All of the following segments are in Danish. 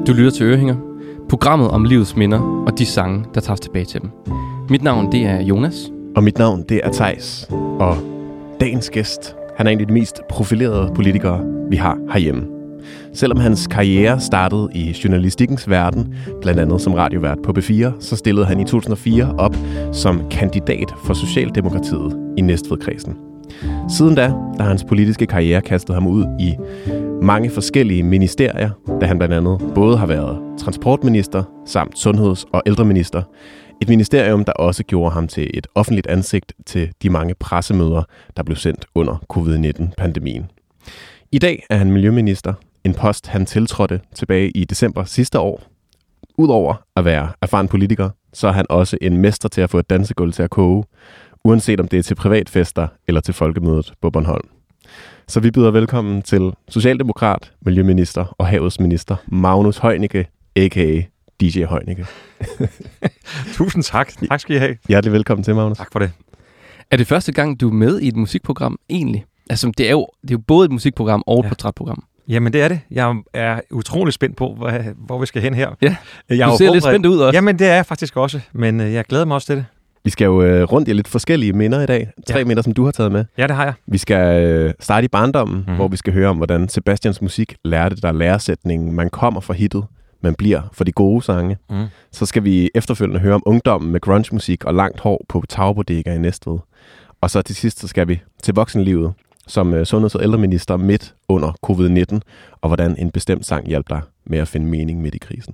Du lytter til Ørehænger, programmet om livets minder og de sange, der tager os tilbage til dem. Mit navn, det er Jonas. Og mit navn, det er Theis. Og dagens gæst, han er en af de mest profilerede politikere, vi har herhjemme. Selvom hans karriere startede i journalistikkens verden, blandt andet som radiovært på B4, så stillede han i 2004 op som kandidat for Socialdemokratiet i Næstved-kredsen. Siden da har hans politiske karriere kastet ham ud i mange forskellige ministerier, da han blandt andet både har været transportminister samt sundheds- og ældreminister. Et ministerium, der også gjorde ham til et offentligt ansigt til de mange pressemøder, der blev sendt under covid-19-pandemien. I dag er han miljøminister, en post han tiltrådte tilbage i december sidste år. Udover at være erfaren politiker, så er han også en mester til at få et dansegulv til at koge, uanset om det er til privatfester eller til folkemødet på Bornholm. Så vi byder velkommen til socialdemokrat, miljøminister og havets minister, Magnus Heunicke, a.k.a. DJ Heunicke. Tusind tak. Tak skal I have. Hjertelig velkommen til, Magnus. Tak for det. Er det første gang, du er med i et musikprogram egentlig? Altså, det er jo både et musikprogram og et portrætprogram. Jamen, det er det. Jeg er utrolig spændt på, hvor vi skal hen her. Ja, du ser lidt spændt ud også. Jamen, det er jeg faktisk også, men jeg glæder mig også til det. Vi skal jo rundt i lidt forskellige minder i dag. 3 minder, som du har taget med. Ja, det har jeg. Vi skal starte i barndommen, hvor vi skal høre om, hvordan Sebastians musik lærte dig læresætningen. Man kommer fra hittet, man bliver for de gode sange. Så skal vi efterfølgende høre om ungdommen med grunge-musik og langt hår på Tagbodega i Næstved. Og så til sidst så skal vi til voksenlivet som sundheds- og ældreminister midt under covid-19, og hvordan en bestemt sang hjalp dig med at finde mening midt i krisen.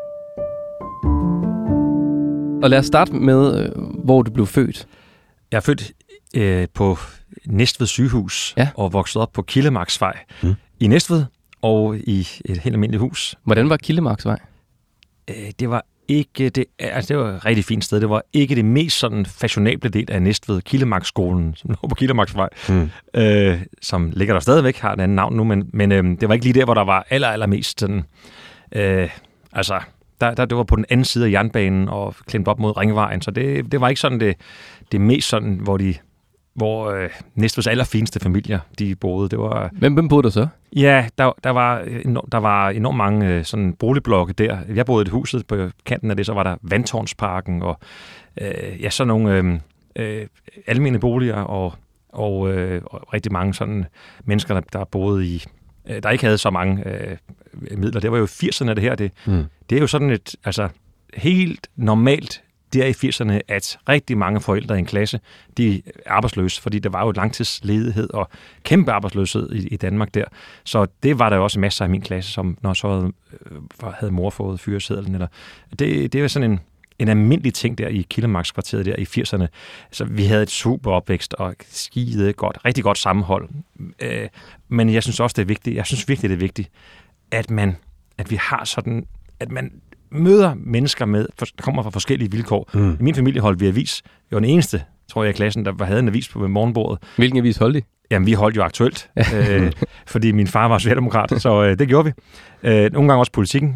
Og lad os starte med, hvor du blev født. Jeg er født på Næstved sygehus og vokset op på Kildemarksvej i Næstved og i et helt almindeligt hus. Hvordan var Kildemarksvej? Det var ikke det, altså det var et rigtig fint sted. Det var ikke det mest sådan fashionable del af Næstved, Kildemarksskolen, som lå på Kildemarksvej, som ligger der stadigvæk, har et andet navn nu, men det var ikke lige der, hvor der var allermest sådan, altså det var på den anden side af jernbanen og klemt op mod Ringvejen, så det var ikke sådan det mest sådan, hvor Næstveds allerfineste familier, de boede. Det var. Hvem boede der så? Ja, der var enormt mange sådan boligblokke der. Jeg boede i et huset på kanten af det, så var der Vandtårnsparken og sådan nogle almene boliger og rigtig mange sådan mennesker, der boede i, der ikke havde så mange midler. Det var jo 80'erne det her. Det er jo sådan et helt normalt der i 80'erne, at rigtig mange forældre i en klasse, de er arbejdsløse, fordi der var jo langtidsledighed og kæmpe arbejdsløshed i Danmark der. Så det var der jo også masser af min klasse, som når så havde mor fået fyresedlen. Eller det var sådan en almindelig ting der i Kildemarkskvarteret der i 80'erne. Så vi havde et super opvækst og skide godt, rigtig godt sammenhold. Men jeg synes også, det er vigtigt. Jeg synes virkelig, det er vigtigt, at vi har sådan, at man møder mennesker der kommer fra forskellige vilkår. I min familie holdt vi avis. Jeg var den eneste, tror jeg, i klassen, der havde en avis på morgenbordet. Hvilken avis holdt I? Jamen, vi holdt jo Aktuelt, fordi min far var socialdemokrat, så det gjorde vi. Nogle gange også Politikken,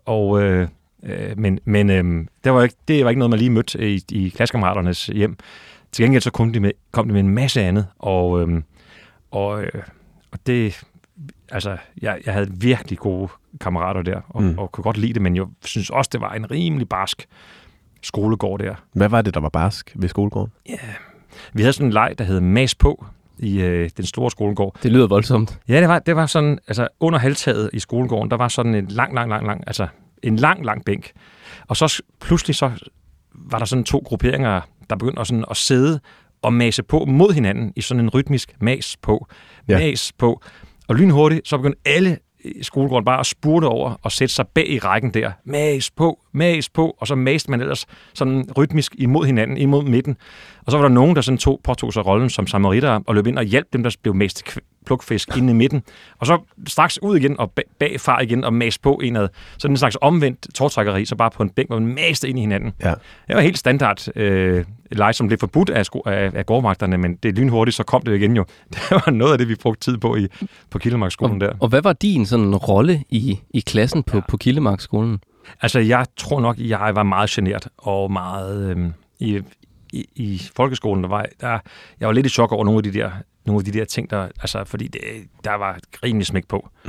men det var ikke noget, man lige mødte i klassekammeraternes hjem. Til gengæld så kom de med en masse andet, og det. Altså, jeg havde virkelig gode kammerater der, og kunne godt lide det, men jeg synes også, det var en rimelig barsk skolegård der. Hvad var det, der var barsk ved skolegården? Ja, vi havde sådan en leg, der hed Mas på i den store skolegård. Det lyder voldsomt. Ja, det var sådan, altså under halvtaget i skolegården, der var sådan en lang bænk. Og så pludselig så var der sådan 2 grupperinger, der begyndte at sidde og mase på mod hinanden i sådan en rytmisk mas på. Og lynhurtigt, så begyndte alle i skolegården bare at spurte over og sætte sig bag i rækken der. Mas på, og så maste man ellers sådan rytmisk imod hinanden, imod midten. Og så var der nogen, der sådan påtog sig rollen som samaritter og løb ind og hjalp dem, der blev mast plukfisk inde i midten. Og så straks ud igen og bagfra igen og mas på indad. Så en slags omvendt tårtrækkeri, så bare på en bænk, hvor man maste ind i hinanden. Ja. Det var helt standard leg, som blev forbudt af gårdmagterne, men det lynhurtigt, så kom det igen jo. Det var noget af det, vi brugte tid på Kildemarksskolen der. Og hvad var din sådan rolle i klassen på Kildemarksskolen? Altså, jeg tror nok, jeg var meget genert og meget i folkeskolen. Jeg var lidt i chok over nogle af de der ting, der, altså, fordi der var rimelig smæk på.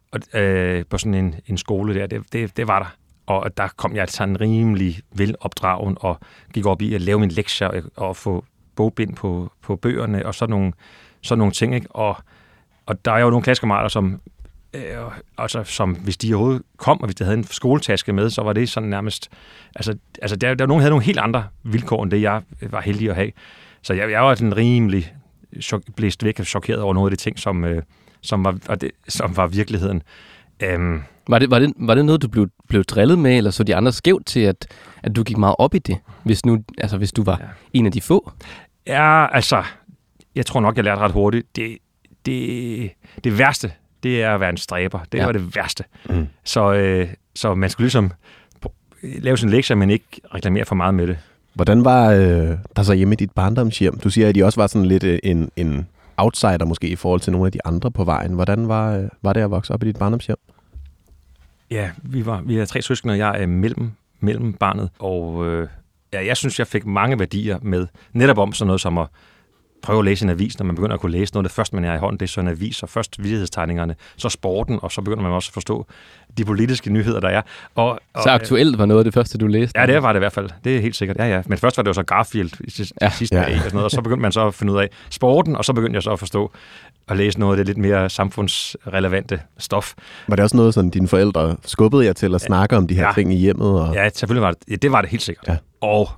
på sådan en skole der. Det var der. Og der kom jeg sådan rimelig velopdragen og gik op i at lave mine lektier og få bogbind på bøgerne og sådan nogle ting. Ikke? Og der er jo nogle klassekammerater, som hvis de overhovedet kom, og hvis de havde en skoletaske med, så var det sådan nærmest... Altså der nogen, der havde nogle helt andre vilkår, end det jeg var heldig at have. Så jeg var sådan rimelig blæst væk og chokeret over nogle af de ting, som var virkeligheden. Var det noget, du blev drillet med, eller så de andre skævt til, at du gik meget op i det, hvis du var en af de få? Ja, altså, jeg tror nok, jeg lærte ret hurtigt. Det værste, det er at være en stræber. Det var det værste. Mm. Så man skulle ligesom lave sin lektier, men ikke reklamere for meget med det. Hvordan var der så hjemme i dit barndomshjem? Du siger, at de også var sådan lidt en outsider måske i forhold til nogle af de andre på vejen. Hvordan var det at vokse op i dit barndomshjem? Ja, vi er 3 søskende, og jeg er mellem barnet. Og jeg synes, jeg fik mange værdier med. Netop om sådan noget som at prøve at læse en avis, når man begynder at kunne læse noget. Det første, man er i hånden, det er så en avis, og først vittighedstegningerne, så sporten, og så begynder man også at forstå de politiske nyheder, der er. Så aktuelt var noget af det første, du læste? Ja, det var det i hvert fald. Det er helt sikkert. Ja. Men først var det jo så Garfield i sidste dag, og sådan noget, og så begyndte man så at finde ud af sporten, og så begyndte jeg så at forstå og læse noget af det lidt mere samfundsrelevante stof. Var det også noget, sådan dine forældre skubbede jer til at snakke om de her ting i hjemmet? Og... Ja, selvfølgelig var det. Det var det helt sikkert. Ja. Og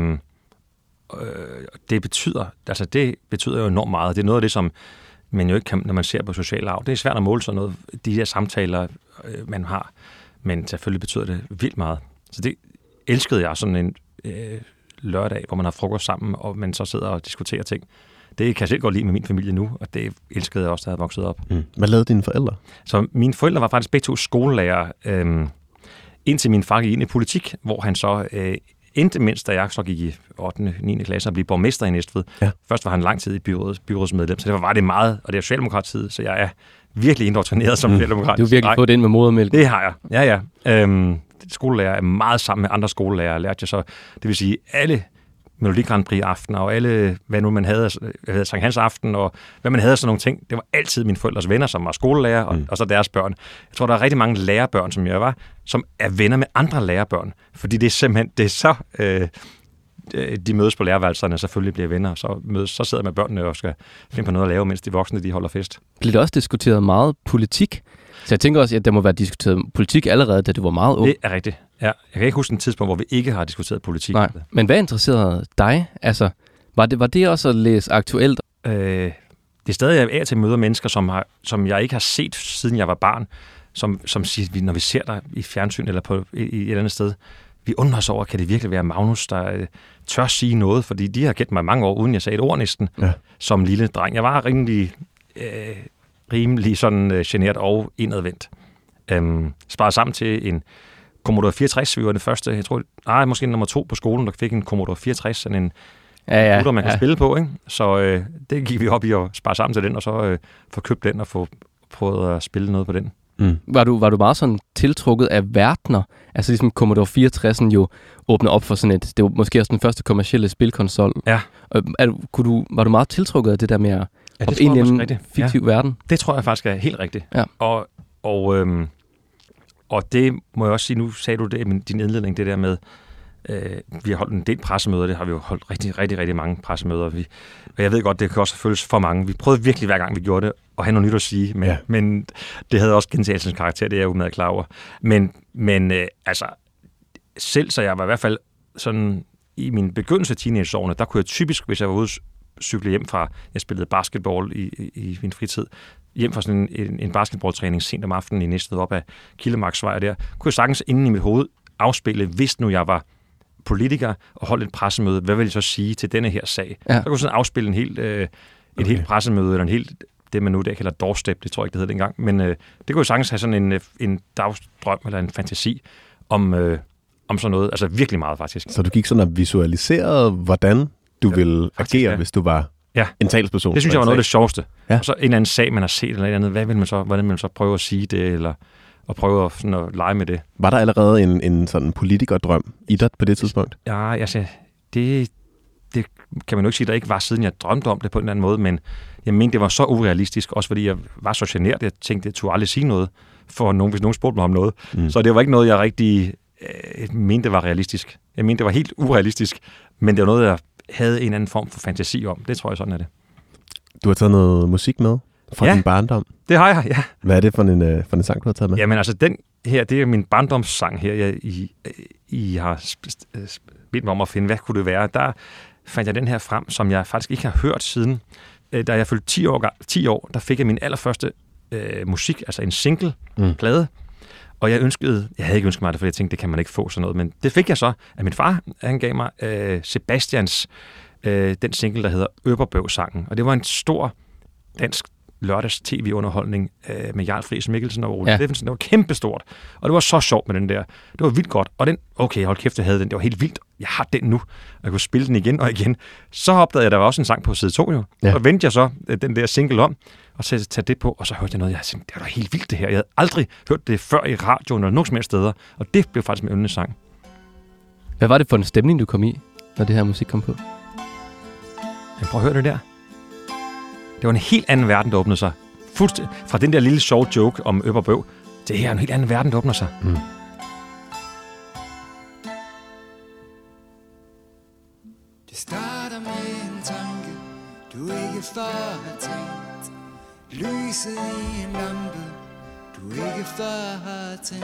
det betyder jo enormt meget. Det er noget af det, som man jo ikke kan, når man ser på social arv. Det er svært at måle sådan noget, de her samtaler, man har. Men selvfølgelig betyder det vildt meget. Så det elskede jeg sådan en lørdag, hvor man har frokost sammen, og man så sidder og diskuterer ting. Det kan jeg selv godt lide med min familie nu, og det elskede jeg også, da jeg havde vokset op. Mm. Hvad lavede dine forældre? Så mine forældre var faktisk begge 2 skolelærer, indtil min far gik ind i politik, hvor han så endte, mens da jeg så gik i 8. og 9. klasse og blev borgmester i Næstved. Ja. Først var han lang tid i byrådsmedlem, så det var det meget, og det er Socialdemokratiet, så jeg er virkelig indoktrineret som socialdemokrat. Du har virkelig fået det ind med modermælk. Det har jeg, ja. Skolelærer er meget sammen med andre skolelærer, lærte jeg så. Det vil sige, alle Melodi Grand Prix aftener, og alle, hvad nu man havde, Sankt Hans aften, og hvad man havde sådan nogle ting. Det var altid mine forældres venner, som var skolelærer, og så deres børn. Jeg tror, der er rigtig mange lærerbørn, som jeg var, som er venner med andre lærerbørn. Fordi det er simpelthen, det er så... de mødes på lærerværelserne, selvfølgelig bliver venner, og så sidder med børnene og skal finde på noget at lave, mens de voksne de holder fest. Bliver der også diskuteret meget politik? Så jeg tænker også, at der må være diskuteret politik allerede, da du var meget ung. Det er rigtigt. Ja. Jeg kan ikke huske en tidspunkt, hvor vi ikke har diskuteret politik. Nej. Men hvad interesserede dig? Altså, var det også at læse aktuelt? Det er stadig, jeg af til møder mennesker, som jeg ikke har set, siden jeg var barn, som siger, når vi ser dig i fjernsyn eller på i et eller andet sted, vi undrer os over, kan det virkelig være Magnus, der tør sige noget? Fordi de har kendt mig mange år, uden jeg sagde et ord næsten, som lille dreng. Jeg var rimelig sådan genert og indadvendt. Sparede sammen til en Commodore 64. Vi var det første, jeg tror, måske nummer 2 på skolen, der fik en Commodore 64, sådan en computer, man kan spille på. Ikke? Så det gik vi op i at spare sammen til den, og så få købt den og få prøvet at spille noget på den. Mm. Var du meget sådan tiltrukket af verdener? Altså ligesom Commodore 64 jo åbnede op for sådan et, det var måske også den første kommercielle spilkonsol. Ja. Var du meget tiltrukket af det der med at hoppe ind i en fiktiv verden? Det tror jeg faktisk er helt rigtigt. Ja. Og det må jeg også sige, nu sagde du det med din indledning, det der med, vi har holdt en del pressemøder, det har vi jo holdt rigtig, rigtig, rigtig mange pressemøder. Og jeg ved godt, det kan også føles for mange. Vi prøvede virkelig hver gang, vi gjorde det, at have noget nyt at sige, men det havde også gentagelsens karakter, det er jeg jo meget klar over. Men altså, selv så jeg var i hvert fald sådan, i min begyndelse af teenageårene, der kunne jeg typisk, hvis jeg var ude cykle hjem fra, jeg spillede basketball i min fritid, hjem fra sådan en basketballtræning sent om aftenen i Næstved op ad Kildemarksvej og der, kunne jeg sagtens inden i mit hoved afspille, hvis nu jeg var politiker og holdt et pressemøde, hvad vil jeg så sige til denne her sag? Ja. Så kunne jeg sådan afspille et helt pressemøde, eller en helt, det man nu der kalder doorstep, det tror jeg ikke, det hed dengang, men det kunne jo sagtens have sådan en dagdrøm eller en fantasi om sådan noget, altså virkelig meget faktisk. Så du gik sådan og visualiserede, hvordan du ville agere, hvis du var en talsperson? Det synes jeg var noget af det sjoveste. Ja. Og så en eller anden sag, man har set, eller et andet, hvordan vil man så prøve at sige det, eller og prøve at lege med det. Var der allerede en sådan politikerdrøm i dig på det tidspunkt? Ja, altså, det det kan man jo ikke sige, der ikke var, siden jeg drømte om det på en eller anden måde, men jeg mente, det var så urealistisk, også fordi jeg var så genert, jeg tænkte, jeg turde aldrig sige noget for nogen, hvis nogen spurgte mig om noget. Så det var ikke noget, jeg rigtig mente var realistisk. Jeg mente, det var helt urealistisk, men det var noget, jeg havde en eller anden form for fantasi om. Det tror jeg, sådan er det. Du har taget noget musik med fra din barndom? Det har jeg, ja. Hvad er det for en sang, du har taget med? Jamen altså, den her, det er min barndomssang her. I har bedt mig om at finde, hvad kunne det være. Der fandt jeg den her frem, som jeg faktisk ikke har hørt siden. Da jeg fyldte 10 år, der fik jeg min allerførste musik, altså en single-plade. Og jeg havde ikke ønsket mig det, for jeg tænkte, det kan man ikke få sådan noget. Men det fik jeg så af min far. Han gav mig Sebastians, den single, der hedder Øpperbøv-sangen. Og det var en stor dansk lørdags tv-underholdning med Jarl Friis Mikkelsen og Ole Steffensen. Det var kæmpestort. Og det var så sjovt med den der. Det var vildt godt. Og den, okay, hold kæft, jeg havde den. Det var helt vildt. Jeg har den nu. Jeg kunne spille den igen og igen. Så opdagede jeg, at der var også en sang på side 2. Jo. Ja. Og vendte jeg så den der single om, og så tage det på, og så hørte jeg noget. Jeg tænkte, det var da helt vildt det her. Jeg havde aldrig hørt det før i radioen eller nogen som helst steder. Og det blev faktisk min yndlingssang. Hvad var det for en stemning, du kom i, når det her musik kom på? Jeg prøv at høre det der. Det var en helt anden verden, der åbnede sig. Fra den der lille sjove joke om Øpperbøv, det her er en helt anden verden, der åbner sig. Det starter med en tanke, du ikke før har tænkt. Lyset i en lampe, du ikke før har tændt.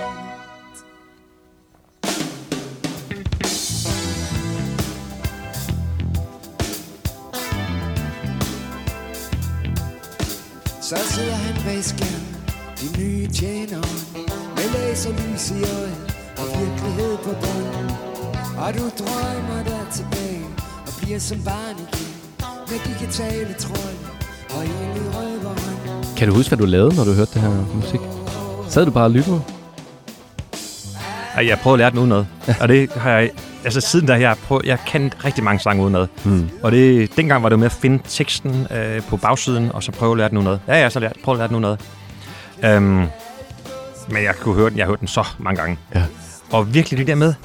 Så sidder han bag skærmen, de nye tjenere, med laserlys i øjet og virkelighed på bunden. Og du drømmer dig tilbage og bliver som barn igen, med digitale trolde og en i røveren. Kan du huske, hvad du lavede, når du hørte det her musik? Sad du bare og lyttede? Jeg prøvede at lære den udenad, og det har jeg... Altså siden da jeg kan rigtig mange sange udenad. Og dengang var det med at finde teksten på bagsiden, og så prøve at lære den udenad. Ja, så prøve at lære den udenad. Men jeg kunne høre den, jeg har hørt den så mange gange. Ja. Og virkelig det der med...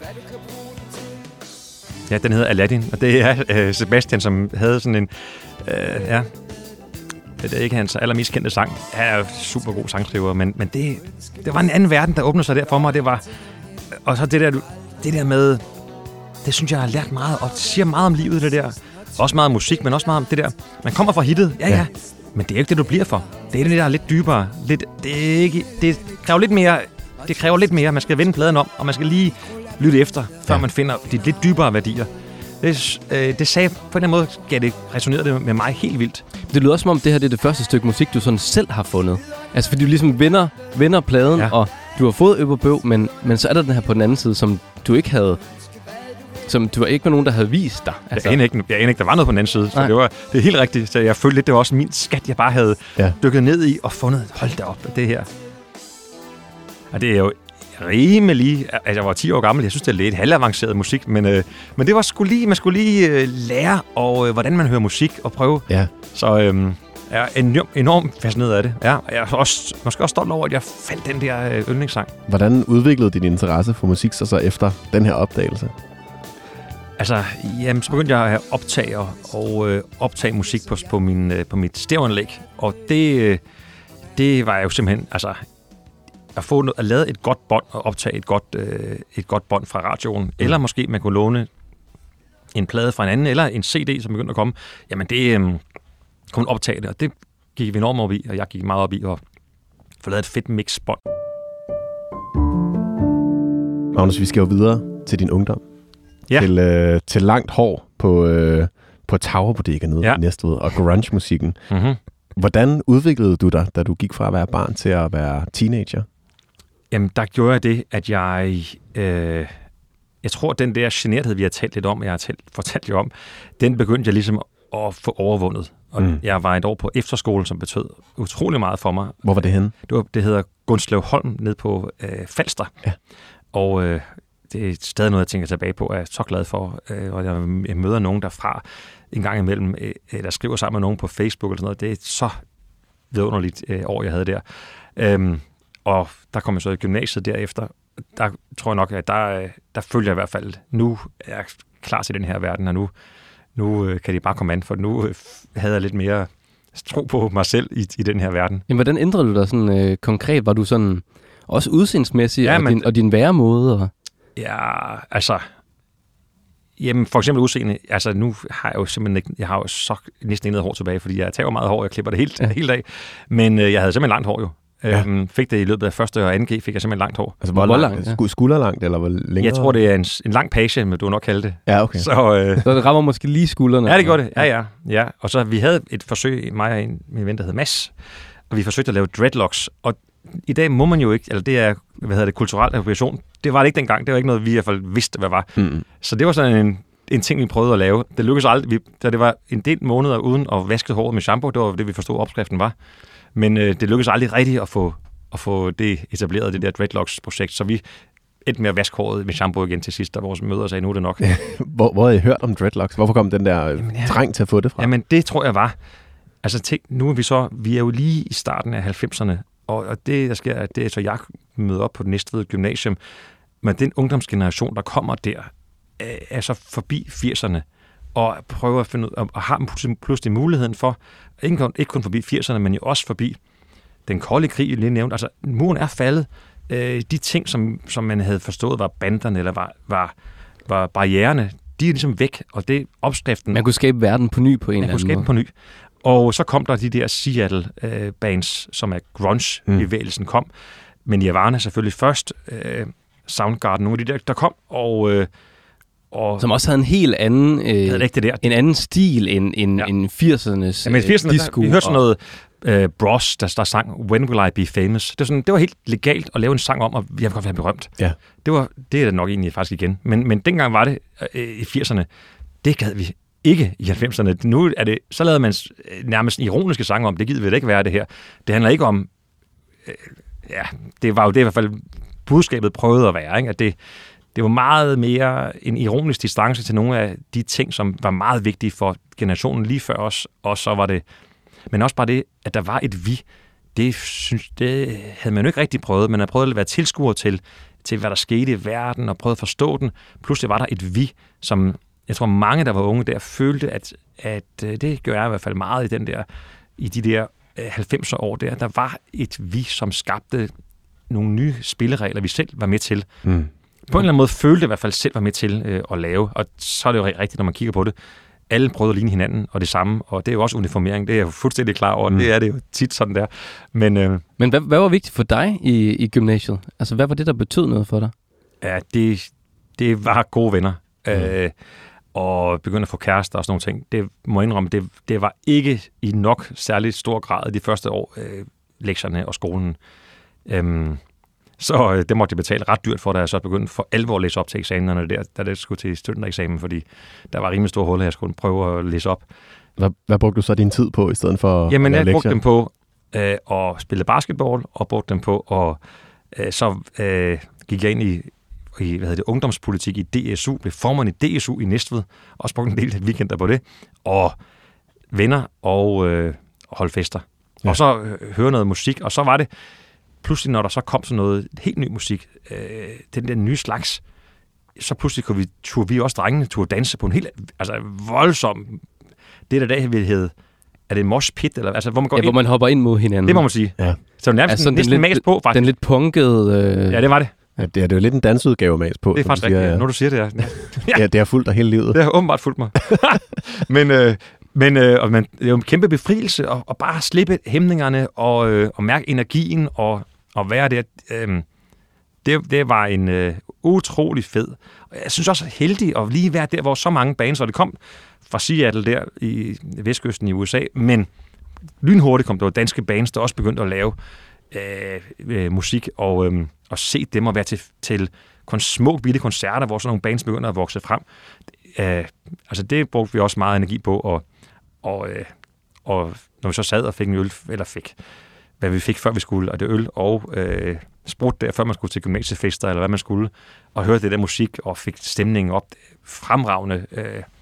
Ja, den hedder Aladdin, og det er Sebastian, som havde sådan en... det er ikke hans allermest kendte sang. Han er jo super god sangskriver, men det var en anden verden, der åbnede sig der for mig. Det var... Og så det der med, det synes jeg har lært meget, og det siger meget om livet, det der. Også meget om musik, men også meget om det der. Man kommer fra hittet, ja, men det er ikke det, du bliver for. Det er det, der er lidt dybere. Det kræver lidt mere. Man skal vende pladen om, og man skal lige lytte efter, før man finder de lidt dybere værdier. Det sagde på en eller anden måde, resonerede det med mig helt vildt. Det lyder også som om, det her det er det første stykke musik, du sådan selv har fundet. Altså, fordi du ligesom vender pladen, og du har fået Øpperbøv, men så er der den her på den anden side, som du ikke havde... Som du var ikke med nogen, der havde vist dig. Altså. Jeg anede ikke, der var noget på den anden side. Så det er helt rigtigt. Så jeg følte lidt, det var også min skat, jeg bare havde dykket ned i og fundet. Hold da op, det her. Og det er jo rimelig... Altså, jeg var 10 år gammel. Jeg synes, det er lidt halvavanceret musik, men det var man skulle lige lære, og hvordan man hører musik og prøve. Ja. Så jeg er enormt fascineret af det. Ja, jeg er måske også stolt over, at jeg fandt den der yndlingssang. Hvordan udviklede din interesse for musik så efter den her opdagelse? Altså, jamen, så begyndte jeg at optage musik på mit stereoanlæg, og det var jo simpelthen, altså, at lave et godt bånd og optage et godt bånd fra radioen, eller måske man kunne låne en plade fra en anden, eller en CD, som begyndte at komme, jamen det kunne man optage det, og det gik vi enormt op i, og jeg gik meget op i at få lavet et fedt mixbånd. Magnus, vi skal jo videre til din ungdom. Ja. Til langt hår på Tower-bodekker nede i Næstved og grunge-musikken. Mm-hmm. Hvordan udviklede du dig, da du gik fra at være barn til at være teenager? Jamen, der gjorde jeg det, at jeg tror, den der generthed, vi har talt lidt om, jeg har fortalt jer om, den begyndte jeg ligesom at få overvundet. Og jeg var et år på efterskole, som betød utrolig meget for mig. Hvor var det henne? Det hedder Gunslevholm nede på Falster. Ja. Og det er stadig noget, jeg tænker tilbage på, og jeg er så glad for. Og jeg møder nogen derfra en gang imellem, der skriver sammen med nogen på Facebook eller sådan noget. Det er så vidunderligt år, jeg havde der. Og der kom jeg så i gymnasiet derefter. Der tror jeg nok, at der følger jeg i hvert fald, nu er jeg klar til den her verden, og nu nu kan de bare komme an, for nu havde jeg lidt mere tro på mig selv i den her verden. Jamen, hvordan ændrede du dig sådan konkret? Var du sådan også udseendsmæssig og din væremåde? Ja, altså... Jamen, for eksempel udseende, altså nu har jeg jo simpelthen ikke, jeg har jo så næsten intet hår tilbage, fordi jeg tager meget hår, jeg klipper det helt af, men jeg havde simpelthen langt hår jo. Ja. Fik det i løbet af første og 2G, fik jeg simpelthen langt hår. Altså hvor langt? Ja. Skulderlangt, eller hvor længere? Jeg tror, det er en lang page, men du vil nok kalde det. Ja, okay. Så det rammer måske lige skuldrene? Ja, det gør det. Ja. Og så vi havde et forsøg, mig og min ven, der hed Mads, og vi forsøgte at lave dreadlocks, og i dag må man jo ikke, eller det er, kulturel appropriation. Det var det ikke dengang. Det var ikke noget, vi i hvert fald vidste, hvad var. Så det var sådan en ting, vi prøvede at lave. Det lykkedes aldrig. Da det var en del måneder uden at vaske håret med shampoo, det var det, vi forstod, opskriften var. Men det lykkedes aldrig rigtigt at få det etableret, det der dreadlocks-projekt. Så vi endte med at vaske håret med shampoo igen til sidst, da vores møder sagde, nu er det nok. Hvor har I hørt om dreadlocks? Hvorfor kom den der træng til at få det fra? Jamen, det tror jeg var. Altså, nu er vi er jo lige i starten af 90'erne, og det, der sker, det er så, jeg møder op på det Næstved Gymnasium, men den ungdomsgeneration, der kommer der, er så forbi 80'erne, og prøver at finde ud, og har pludselig muligheden for, ikke kun forbi 80'erne, men jo også forbi den kolde krig, lige nævnt. Altså, muren er faldet. De ting, som man havde forstået, var banderne, eller var barriererne, de er ligesom væk, og det er opskriften. Man kunne skabe verden på ny på en eller anden måde. Man kunne skabe på ny. Og så kom der de der Seattle-bands, som er grunge-bevægelsen kom. Men Nirvana selvfølgelig først. Soundgarden, nogle af de der kom, og som også havde en helt anden, en anden stil end 80'ernes disco. Vi hørte sådan noget Bros, der sang When Will I Be Famous. Det var helt legalt at lave en sang om, og jeg vil godt være berømt. Ja. Det er det nok egentlig faktisk igen. Men dengang var det i 80'erne, det gad vi ikke i 90'erne. Nu er det, så lavede man nærmest ironiske sange om, det gider vi da ikke være det her. Det handler ikke om, det var jo det i hvert fald budskabet prøvede at være, ikke? At det var meget mere en ironisk distance til nogle af de ting, som var meget vigtige for generationen lige før os, og så var det, men også bare det, at der var et vi, det havde man jo ikke rigtig prøvet, man havde prøvet at være tilskuer til hvad der skete i verden, og prøvet at forstå den. Pludselig var der et vi, som jeg tror mange, der var unge der, følte, at det gør jeg i hvert fald meget i de der 90'er år der var et vi, som skabte nogle nye spilleregler, vi selv var med til. På en eller anden måde følte jeg i hvert fald selv var med til at lave, og så er det jo rigtigt, når man kigger på det. Alle prøvede at ligne hinanden, og det samme, og det er jo også uniformering, det er jeg jo fuldstændig klar over, det er det jo tit sådan der. Men hvad var vigtigt for dig i gymnasiet? Altså, hvad var det, der betød noget for dig? Ja, det var gode venner, og begynde at få kærester og sådan nogle ting. Det må jeg indrømme, det var ikke i nok særlig stor grad de første år, lektierne og skolen. Så det måtte jeg betale ret dyrt for, da jeg så begyndte for alvor at læse op til eksamenerne der, da det skulle til studentereksamen, fordi der var rimelig store huller, jeg skulle prøve at læse op. Hvad brugte du så din tid på, i stedet for at Jamen, jeg brugte dem på at spille basketball, og brugte dem på gik jeg ind i ungdomspolitik i DSU, blev formand i DSU i Næstved, også brugte en del weekender på det, og venner og holde fester. Ja. Og så høre noget musik, og så var det pludselig, når der så kom sådan noget helt ny musik, den der nye slags, så pludselig turde vi også drengene danse på en helt voldsom, det der dag vil hedde, er det en mosh pit, eller altså hvor man går ind, hvor man hopper ind mod hinanden. Det må man sige. Ja. Så nærmest næsten mas på, faktisk. Den lidt punkede. Ja, det var det. Ja, det er jo lidt en dansudgave mas på. Det er faktisk rigtigt, når du siger det. Ja, det har fulgt dig hele livet. Det har åbenbart fulgt mig. Men det er jo en kæmpe befrielse at bare slippe hæmningerne og mærke energien og være der. Det var en utrolig fed. Jeg synes også heldig at lige være der, hvor så mange bands, og det kom fra Seattle der i vestkysten i USA, men lynhurtigt kom der danske bands, der også begyndte at lave musik, og se dem og være til små bitte koncerter, hvor sådan nogle bands begynder at vokse frem. Det brugte vi også meget energi på, og når vi så sad og fik en øl, eller hvad vi fik før vi skulle, og det øl og sprut der, før man skulle til gymnasiefester, eller hvad man skulle, og hørte det der musik, og fik stemningen op, fremragende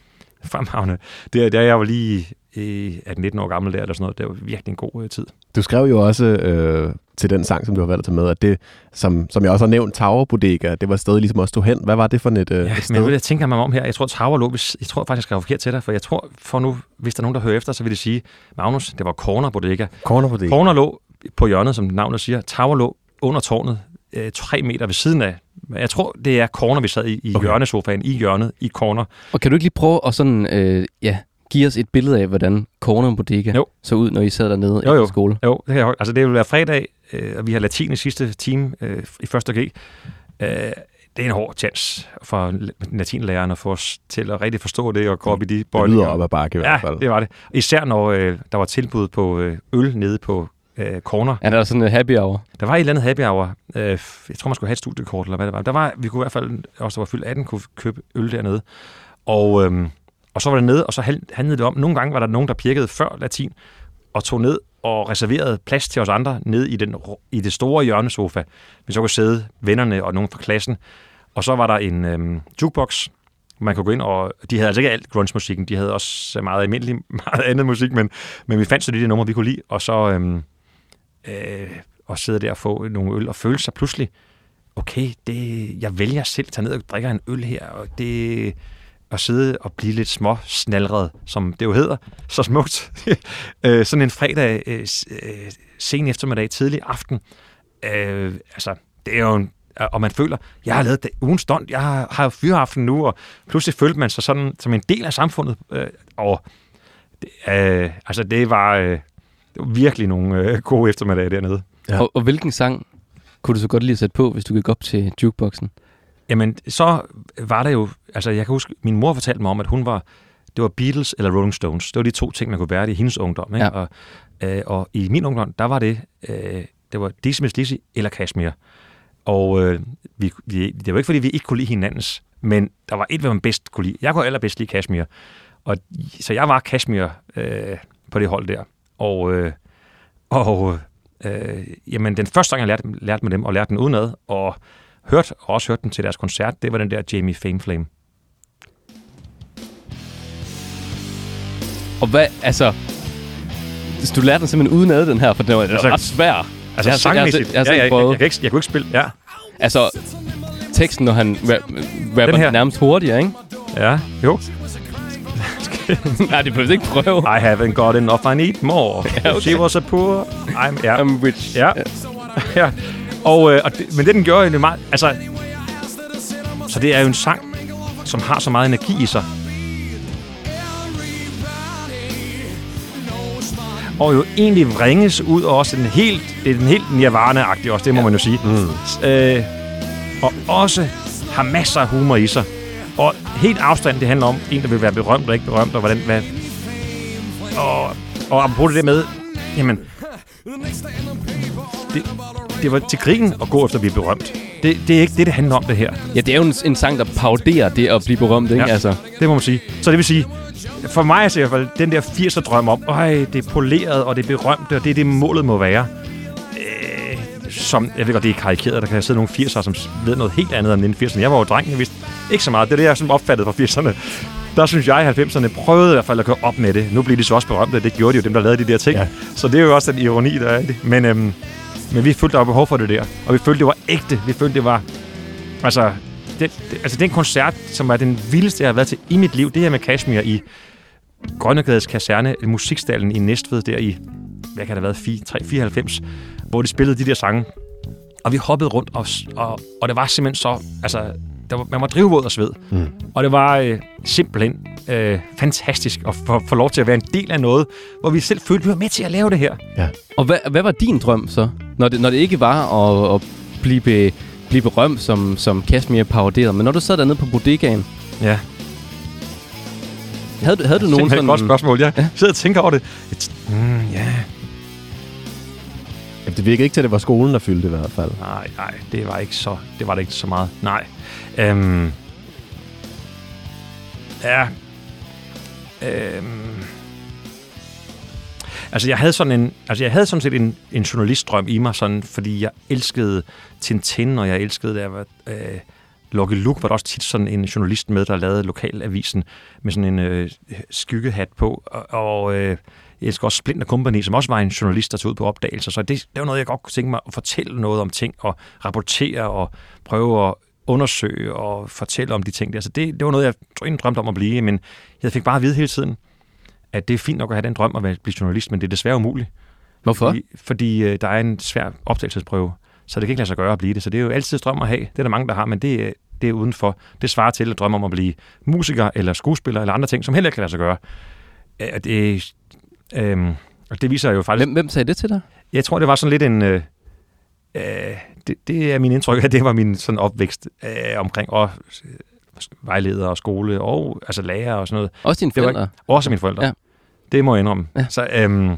fremragende. Det er jeg var lige 18-19 år gammel der, eller sådan noget. Det var virkelig en god tid. Du skrev jo også til den sang, som du har valgt at tage med, at det, som jeg også har nævnt, Tower Bodega, det var et sted, ligesom også tog hen. Hvad var det for et sted? Men jeg tænker mig om her. Jeg tror, Tower lå... Jeg tror faktisk, jeg skrev forkert til dig, for jeg tror, for nu, hvis der er nogen, der hører efter, så vil det sige, Magnus, det var Corner Bodega. Corner lå på hjørnet, som navnet siger. Tower lå under tårnet, 3 meter ved siden af. Jeg tror, det er Corner, vi sad i hjørnesofaen, i hjørnet, i Corner. Og kan du ikke lige prøve at sådan, give os et billede af, hvordan Corner Bodega så ud, når I sad dernede efter skole? Jo, det kan jeg. Altså, det vil være fredag, og vi har latin i sidste time i første G. Det er en hård chance for latinlæreren at få os til at rigtig forstå det og gå op i de bøjlinger. Det lyder op ad bakke i hvert fald. Ja, det var det. Især når der var tilbud på øl nede på Corner. Ja, der var sådan en happy hour. Der var et eller andet happy hour. Jeg tror, man skulle have et studiekort, eller hvad det var. Vi kunne i hvert fald, også der var fyldt 18, kunne købe øl dernede. Og så var det nede, og så handlede det om, nogle gange var der nogen, der pirkede før latin, og tog ned og reserverede plads til os andre ned i det store hjørnesofa. Vi så kunne sidde vennerne og nogen fra klassen. Og så var der en jukebox, man kunne gå ind, og de havde altså ikke alt grunge-musikken, de havde også meget andet musik, men vi fandt så de numre, vi kunne lide, og så og sidde der og få nogle øl, og føle sig pludselig, okay, jeg vælger selv at tage ned og drikke en øl her, og det... at sidde og blive lidt småsnalret, som det jo hedder, så smukt. Sådan en fredag, sen eftermiddag, tidlig aften. Altså, det er jo og man føler, jeg har lavet ugens stunt, jeg har fyreaften nu, og pludselig følte man sig sådan som en del af samfundet. Og det var virkelig nogle gode eftermiddage dernede. Ja. Og hvilken sang kunne du så godt lige sætte på, hvis du gik op til jukeboxen? Jamen, så var der jo... Altså, jeg kan huske, min mor fortalte mig om, at det var Beatles eller Rolling Stones. Det var de 2 ting, man kunne være i hendes ungdom. Ikke? Ja. Og i min ungdom, der var det var Dizzy Miss Lizzy eller Kashmir. Og det var ikke, fordi vi ikke kunne lide hinandens, men der var et, hvad man bedst kunne lide. Jeg kunne allerbedst lide Kashmir. Så jeg var Kashmir på det hold der. Jamen, den første gang, jeg lærte med dem, og lærte den udenad, og også hørte den til deres koncert, det var den der Jamie Fame Flame. Og hvad, altså... Du lærte den simpelthen udenad, den her, for den var ret svær. Altså sangmæssigt. Jeg kunne ikke spille, ja. Altså, teksten, når han rapper nærmest hurtigere, ikke? Ja, jo. Nej, det behøver ikke prøve. I haven't got enough, I need more. Ja, okay. She was a poor... I'm rich. Ja. Ja. Men det den gjorde jo meget... Altså, så det er jo en sang, som har så meget energi i sig. Og jo egentlig vringes ud også det er den helt nirvana-agtige også, det må man jo sige. Og også har masser af humor i sig. Og helt afstand, det handler om en, der vil være berømt og ikke berømt, og hvordan... Og apropos det med, jamen... Det var til grin at gå efter at blive berømt. Det er ikke det handler om, det her. Ja, det er jo en sang, der pauderer det at blive berømt, ikke? Ja, altså. Det må man sige. Så det vil sige, for mig er det i hvert fald den der 80'er-drøm om, det er poleret, og det er berømt, og det er det, målet må være. Som, jeg ved godt, det er karikeret, der kan sidde nogle 80'er, som ved noget helt andet end 80'erne. Jeg var jo dreng, jeg vidste ikke så meget. Det er det, jeg som opfattede fra 80'erne. Der synes jeg, at 90'erne prøvede i hvert fald at køre op med det. Nu bliver de så også berømte, det gjorde de jo, dem der lavede de der ting. Ja. Så det er jo også den ironi, der er det. Men vi følte, der var behov for det der. Og vi følte, det var ægte. Vi følte, det var... Altså, den koncert, som er den vildeste, jeg har været til i mit liv, det her med Kashmir i Grønnegades Kaserne, musikstallen i Næstved, der i, hvad kan det have været, 94, hvor de spillede de der sange. Og vi hoppede rundt, og det var simpelthen så... Altså, man var drivvåd og sved. Og det var simpelthen fantastisk at få lov til at være en del af noget, hvor vi selv følte, vi var med til at lave det her. Ja. Og hvad var din drøm så? Når det ikke var at blive berømt, som Kashmir paroderede, men når du sad dernede på bodegaen, ja. Havde du nogen sådan... et godt spørgsmål, ja. Sidder og tænker over det. Ja. Det virkede ikke til, at det var skolen, der fyldte det i hvert fald. Nej, det var det ikke så meget. Nej. Altså, jeg havde sådan set en journalistdrøm i mig, sådan, fordi jeg elskede Tintin, og jeg elskede, da jeg var Lucky Luke var der også tit sådan en journalist med, der lavede lokalavisen med sådan en skyggehat på, og jeg elsker også Splinter Company, som også var en journalist, der tog ud på opdagelser, så det var noget, jeg godt kunne tænke mig at fortælle noget om ting, og rapportere, og prøve at undersøge, og fortælle om de ting der. Så det var noget, jeg egentlig drømte om at blive, men jeg fik bare at vide hele tiden, at det er fint nok at have den drøm at blive journalist, men det er desværre umuligt. Hvorfor? Fordi der er en svær optagelsesprøve, så det kan ikke lade sig gøre at blive det. Så det er jo altid drøm at have. Det er der mange, der har, men det er udenfor. Det svarer til at drømme om at blive musiker, eller skuespiller, eller andre ting, som heller ikke kan lade sig gøre. Og det viser jo faktisk... Hvem sagde det til dig? Jeg tror, det var sådan lidt en... det er min indtryk, at det var min sådan opvækst omkring vejleder og skole, og altså lærer og sådan noget. Også dine forældre? Også mine forældre. Ja. Det må jeg indrømme. Ja. Så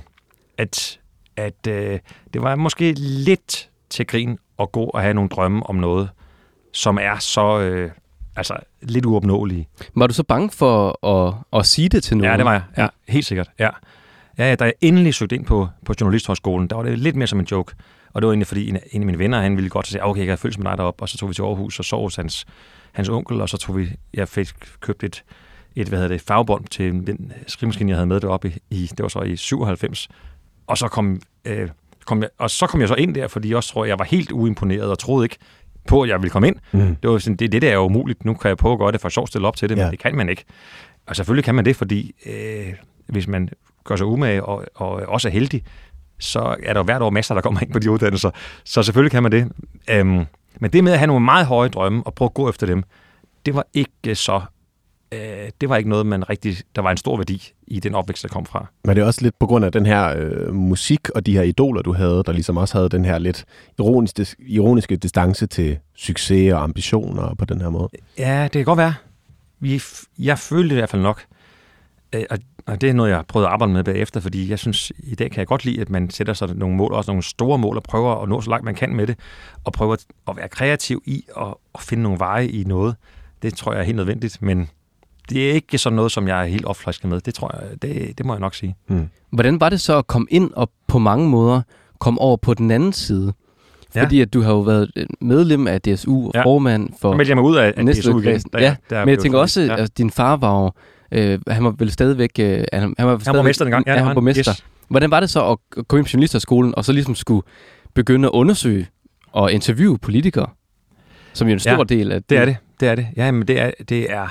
det var måske lidt til grin at gå og have nogle drømme om noget, som er så lidt uopnåelige. Var du så bange for at sige det til nogen? Ja, det var jeg. Ja, helt sikkert. Ja, da jeg endelig søgte ind på Journalisthøjskolen, der var det lidt mere som en joke. Og det var egentlig, fordi en af mine venner, han ville godt sige, okay, jeg kan følges med dig deroppe, og så tog vi til Aarhus og sov hos hans onkel, og så jeg fik købt et farvebånd til den skrivemaskine, jeg havde med deroppe det var så i 97. Og så kom jeg så ind der, fordi jeg også tror, jeg var helt uimponeret og troede ikke på, at jeg ville komme ind. Det var sådan, det der er jo umuligt. Nu kan jeg prøve at gøre det for sjovt stille op til det, men det kan man ikke. Og selvfølgelig kan man det, fordi hvis man gør sig umage og også er heldig, så er der jo hvert år masser, der kommer ind på de uddannelser. Så selvfølgelig kan man det. Men det med at have nogle meget høje drømme og prøve at gå efter dem, det var ikke så... det var ikke noget, der var en stor værdi i den opvækst, der kom fra. Men det er også lidt på grund af den her musik og de her idoler, du havde, der ligesom også havde den her lidt ironiske distance til succes og ambitioner på den her måde? Ja, det kan godt være. Jeg følte det i hvert fald nok. Og det er noget, jeg prøvede at arbejde med bagefter, fordi jeg synes, i dag kan jeg godt lide, at man sætter sig nogle mål, også nogle store mål, og prøver at nå så langt man kan med det, og prøver at være kreativ i at finde nogle veje i noget. Det tror jeg er helt nødvendigt, men det er ikke sådan noget, som jeg er helt opfrisket med. Det tror jeg, det må jeg nok sige. Hvordan var det så at komme ind og på mange måder komme over på den anden side? Fordi at du har jo været medlem af DSU og formand for... Jeg meldte mig ud af DSU igen. Men jeg tænker også, at din far var jo... han var vel stadigvæk... Han var borgmester dengang. Ja, han var borgmester. Yes. Hvordan var det så at komme ind på Journalisthøjskolen og så ligesom skulle begynde at undersøge og interviewe politikere? Som jo en stor del af... Det er det. Ja, men det er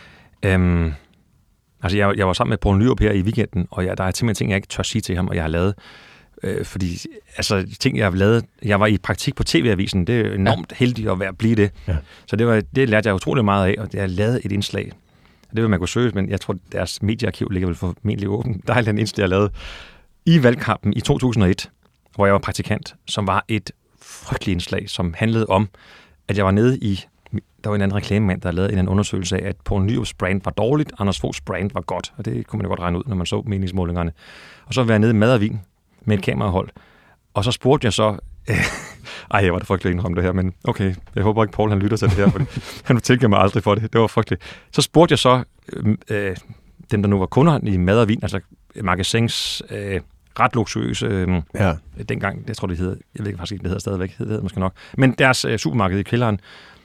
altså jeg var sammen med Poul Nyrup her i weekenden, og der er simpelthen ting, jeg ikke tør sige til ham, og jeg har lavet. Fordi altså ting, jeg har lavet... Jeg var i praktik på TV-avisen. Det er enormt heldigt at blive det. Ja. Så det lærte jeg utrolig meget af, og jeg har lavet et indslag. Det vil man kunne søge, men jeg tror, deres mediearkiv ligger vel formentlig åbent. Der er et indslag, jeg lavede i valgkampen i 2001, hvor jeg var praktikant, som var et frygteligt indslag, som handlede om, at jeg var nede i... Der var en anden reklamemand, der lavede en undersøgelse af, at Poul Nyrups brand var dårligt, Anders Foghs brand var godt, og det kunne man jo godt regne ud, når man så meningsmålingerne. Og så var jeg nede i Mad og Vin med et kamerahold, og så spurgte jeg så... jeg var da frygtelig indrømme det her, men okay, jeg håber ikke, Poul han lytter til det her, for han tilgiver mig aldrig for det. Det var frygteligt. Så spurgte jeg så dem, der nu var kunder i Mad og Vin, altså Magasins ret luksuriøse, dengang, det tror det hedder, jeg ved ikke faktisk ikke, det hedder stadigvæk, det hedder måske nok, men deres supermarked i kælderen.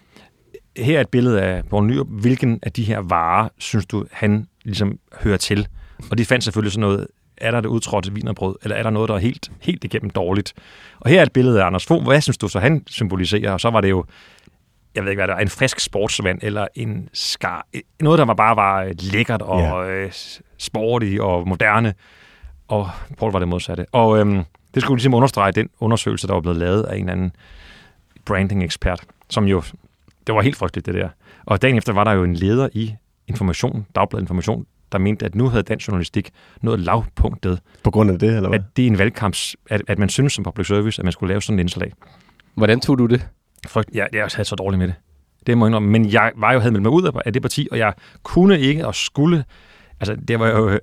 Her er et billede af Poul Nyrup. Hvilken af de her varer, synes du, han ligesom hører til? Og de fandt selvfølgelig sådan noget, er der et udtrådt wienerbrød, eller er der noget, der er helt igennem dårligt? Og her er et billede af Anders Fogh. Hvad synes du så, han symboliserer? Og så var det jo, jeg ved ikke hvad det var, en frisk sportsvand, eller en skar. Noget, der bare var lækkert og sporty og moderne. Og Poul var det modsatte. Og det skulle ligesom understrege den undersøgelse, der var blevet lavet af en eller anden branding-ekspert, som jo, det var helt frygteligt det der. Og dagen efter var der jo en leder i Dagbladet Information, der mente, at nu havde dansk journalistik nået lavpunktet. På grund af det, eller hvad? At det er en valgkamps, at man synes som public service, at man skulle lave sådan et indslag. Hvordan tog du det? Jeg også havde så dårligt med det. Det må jeg indrømme. Men jeg havde meldt mig ud af det parti, og jeg kunne ikke og skulle... det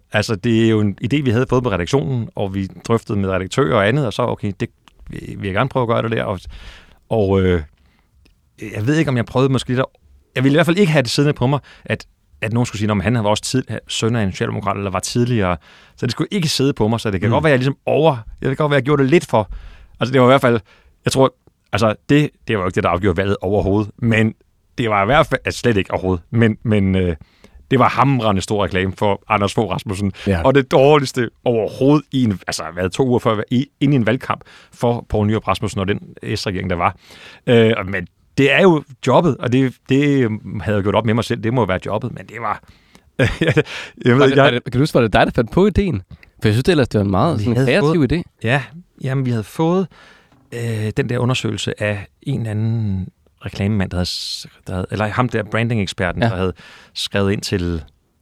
er jo en idé, vi havde fået på redaktionen, og vi drøftede med redaktører og andet, og så, okay, det vil jeg gerne prøve at gøre det der. Og jeg ved ikke, om jeg prøvede måske lidt... Jeg ville i hvert fald ikke have det siddende på mig, at nogen skulle sige, at han var også søn af en socialdemokrat, eller var tidligere. Så det skulle ikke sidde på mig, så det kan godt være, at jeg ligesom jeg kan godt være, at jeg gjorde det lidt for... Altså, det var i hvert fald... Jeg tror... Altså, det var jo ikke det, der afgjorde valget overhovedet, men det var i hvert fald slet ikke overhovedet, men det var hamrende stor reklame for Anders Fogh Rasmussen. Ja. Og det dårligste overhovedet været 2 uger før, ind i en valgkamp for Poul Nyrup Rasmussen og den S-regering, der var. Men det er jo jobbet, og det havde jeg gjort op med mig selv. Det må jo være jobbet, men det var... Kan du huske, var det dig, der fandt på ideen? For jeg synes ellers, det var en meget sådan kreativ idé. Ja, jamen vi havde fået den der undersøgelse af en eller anden reklamemand, eller ham der branding-eksperten, der havde skrevet ind til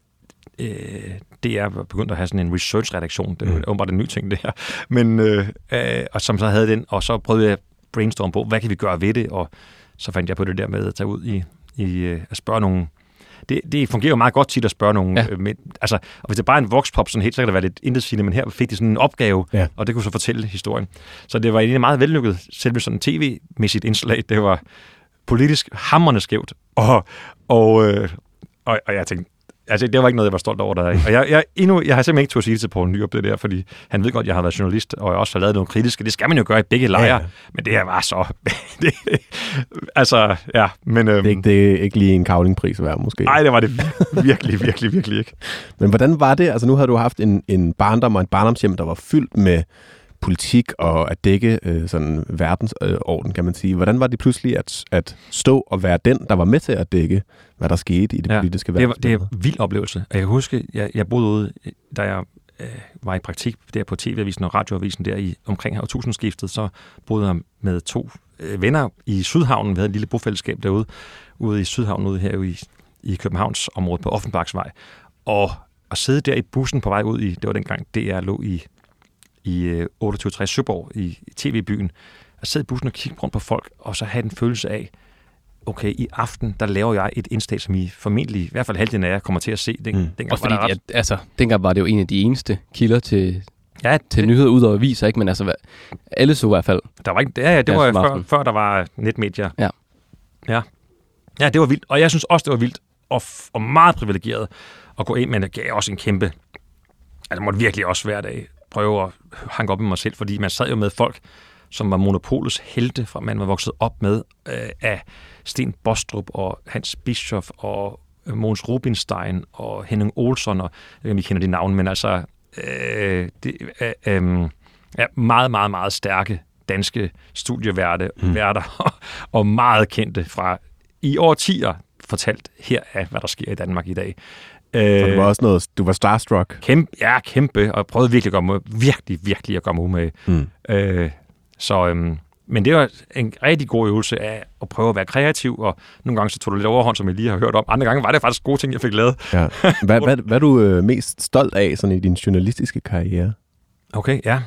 DR, begyndt at have sådan en research-redaktion. Det var åbenbart en ny ting, det her. Men, og som så havde den, og så prøvede jeg at brainstorme på, hvad kan vi gøre ved det, og så fandt jeg på det der med at tage ud i at spørge nogen. Det fungerer jo meget godt tit at spørge nogen. Ja. Og hvis det er bare en voxpop, sådan helt, så kan det være lidt intetsigende, men her fik de sådan en opgave, og det kunne så fortælle historien. Så det var egentlig meget vellykket, selve sådan en tv-mæssigt indslag. Det var politisk hamrende skævt, og jeg tænkte, altså, det var ikke noget, jeg var stolt over der. Og jeg har simpelthen ikke turde sige det til Poul Nyrup, det der, fordi han ved godt, at jeg har været journalist, og jeg også har lavet noget kritisk, det skal man jo gøre i begge lejre, men det her var så... men... Det er ikke lige en kavlingpris værd, måske. Nej, det var det virkelig, virkelig, virkelig ikke. Men hvordan var det? Altså, nu har du haft en barndom og en barndomshjem, der var fyldt med politik og at dække sådan verdensorden, kan man sige. Hvordan var det pludselig at stå og være den, der var med til at dække, hvad der skete i det politiske verden? Det er en vild oplevelse. Og jeg kan huske, jeg boede ude, da jeg var i praktik der på TV-avisen og radioavisen der omkring årtusindskiftet, så boede jeg med 2 venner i Sydhavnen. Vi havde et lille bofællesskab derude, ude i Sydhavnen, ude her i Københavns område på Offenbachsvej. Og at sidde der i bussen på vej ud det var dengang DR lå i 2860 Søborg i TV-byen, at sidde i bussen og kigge rundt på folk, og så have en følelse af, okay, i aften, der laver jeg et indslag, som I formentlig, i hvert fald halvdelen af jer, kommer til at se. Og fordi, dengang var det jo en af de eneste kilder til nyheder ud over aviser, ikke? Men altså, alle så i hvert fald. Der var ikke, det var før der var netmedier. Ja, det var vildt. Og jeg synes også, det var vildt og meget privilegeret at gå ind, men det gav også en kæmpe... Altså, det måtte virkelig også hver dag prøve at hanke op i mig selv, fordi man sad jo med folk, som var monopolets helte, fra man var vokset op med af Sten Bostrup og Hans Bischoff og Mogens Rubinstein og Henning Olsson, og jeg ved ikke, om I kender de navne, men altså meget, meget, meget stærke danske studieværter og meget kendte fra i årtier fortalt her af, hvad der sker i Danmark i dag. Så det var også noget, du var starstruck? Kæmpe, og prøvede virkelig at komme ud med. Men det var en rigtig god øvelse af at prøve at være kreativ, og nogle gange så tog du lidt overhånd, som jeg lige har hørt om. Andre gange var det faktisk gode ting, jeg fik lavet. Ja. Hvad er du mest stolt af sådan i din journalistiske karriere? Okay, ja.